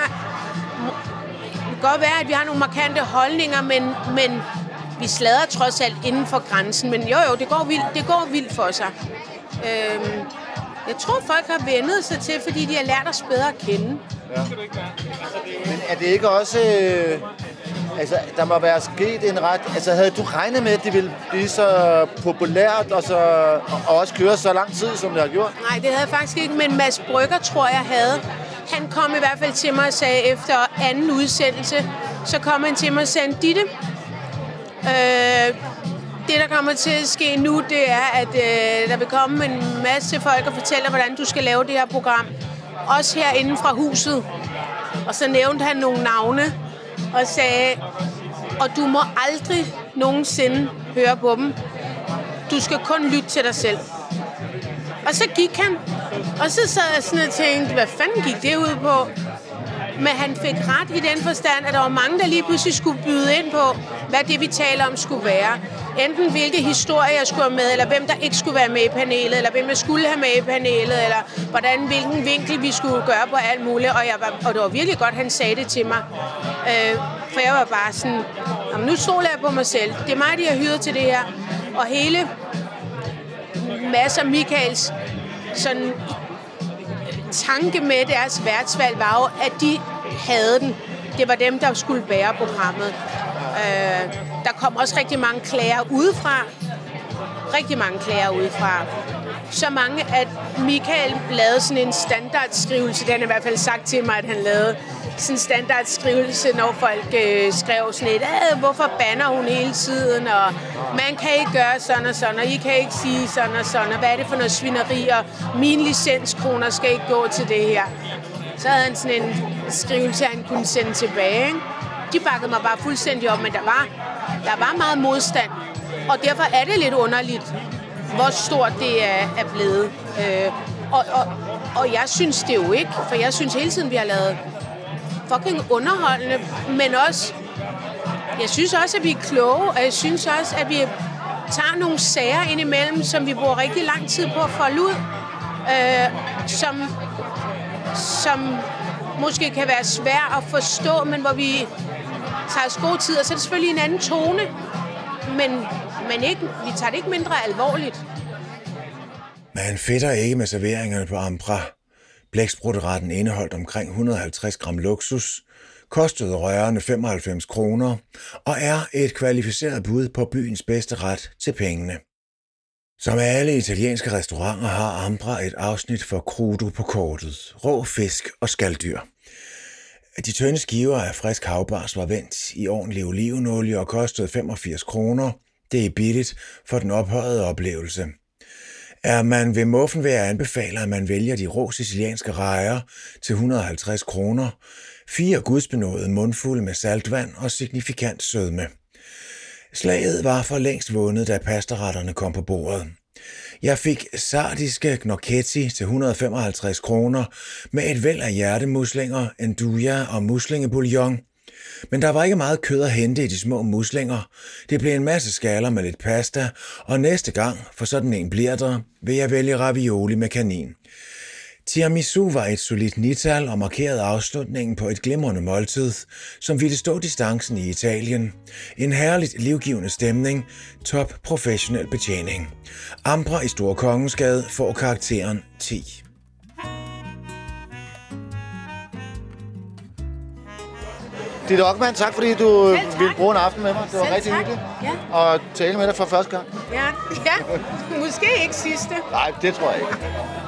Det kan godt være, at vi har nogle markante holdninger, men, men vi slader trods alt inden for grænsen. Men jo, jo, det går vildt, det går vildt for sig. Øhm, jeg tror, folk har vendet sig til, fordi de har lært os bedre at kende. Ja. Men er det ikke også... Øh... Altså, der må være sket en ret... Altså, havde du regnet med, at det ville blive så populært og, så, og også køre så lang tid, som det har gjort? Nej, det havde jeg faktisk ikke, men Mads Brygger, tror jeg, havde. Han kom i hvert fald til mig og sagde, efter anden udsendelse, så kom han til mig og sagde, Ditte, øh, det, der kommer til at ske nu, det er, at øh, der vil komme en masse folk og fortælle, hvordan du skal lave det her program. Også herinde fra huset. Og så nævnte han nogle navne, og sagde, og du må aldrig nogensinde høre på dem. Du skal kun lytte til dig selv. Og så gik han, og så sad jeg sådan og tænkte, hvad fanden gik det ud på? Men han fik ret i den forstand, at der var mange, der lige pludselig skulle byde ind på, hvad det, vi taler om, skulle være. Enten hvilke historier jeg skulle have med, eller hvem der ikke skulle være med i panelet, eller hvem jeg skulle have med i panelet, eller hvordan, hvilken vinkel vi skulle gøre på alt muligt. Og, jeg var, og det var virkelig godt, han sagde det til mig. Øh, for jeg var bare sådan, nu stoler jeg på mig selv. Det er mig, de har hyret til det her. Og hele Mads og Michaels sådan tanke med deres værtsvalg var jo, at de havde den. Det var dem, der skulle bære programmet. Øh, der kom også rigtig mange klager udefra. Rigtig mange klager udefra. Så mange, at Michael lavede sådan en standardskrivelse. Det han i hvert fald sagt til mig, at han lavede sådan en standardskrivelse, når folk øh, skrev sådan et, hvorfor banner hun hele tiden, og man kan ikke gøre sådan og sådan, og I kan ikke sige sådan og sådan, og hvad er det for noget svineri, og mine licenskroner skal ikke gå til det her. Så havde han sådan en skrivelse, han kunne sende tilbage. Ikke? De bakkede mig bare fuldstændig op, men der var, der var meget modstand. Og derfor er det lidt underligt, hvor stort det er, er blevet. Øh, og, og, og jeg synes det jo ikke, for jeg synes hele tiden, vi har lavet fucking underholdende, men også, jeg synes også, at vi er kloge, og jeg synes også, at vi tager nogle sager indimellem, som vi bruger rigtig lang tid på at folde ud, øh, som, som måske kan være svært at forstå, men hvor vi tager os god tid, og så er det selvfølgelig en anden tone, men, men ikke, vi tager det ikke mindre alvorligt. Man fedter ikke med serveringerne på Ambra. Blæksprutteretten indeholdt omkring et hundrede og halvtreds gram luksus, kostede rørende femoghalvfems kroner og er et kvalificeret bud på byens bedste ret til pengene. Som alle italienske restauranter har Ambra et afsnit for crudo på kortet, rå fisk og skaldyr. De tynde skiver af frisk havbars var vendt i ordentlig olivenolie og kostede femogfirs kroner. Det er billigt for den ophøjede oplevelse. Er man ved muffen, vil jeg anbefale, at man vælger de rå sicilianske rejer til et hundrede og halvtreds kroner. Fire gudsbenåede mundfulde med saltvand og signifikant sødme. Slaget var for længst vundet, da pastaretterne kom på bordet. Jeg fik sardiske gnocchetti til et hundrede og femoghalvtreds kroner med et væld af hjertemuslinger, nduja og muslingebouillon. Men der var ikke meget kød at hente i de små muslinger. Det blev en masse skaller med lidt pasta, og næste gang, for sådan en bliver der, vil jeg vælge ravioli med kanin. Tiramisu var et solidt nital og markerede afslutningen på et glimrende måltid, som ville stå distancen i Italien. En herligt livgivende stemning, top professionel betjening. Ambra i Store Kongensgade får karakteren ti. Ditte Okman, tak fordi du ville bruge en aften med mig. Det var Selv rigtig tak. hyggeligt Ja. at tale med dig for første gang. Ja, ja. Måske ikke sidste. Nej, det tror jeg ikke.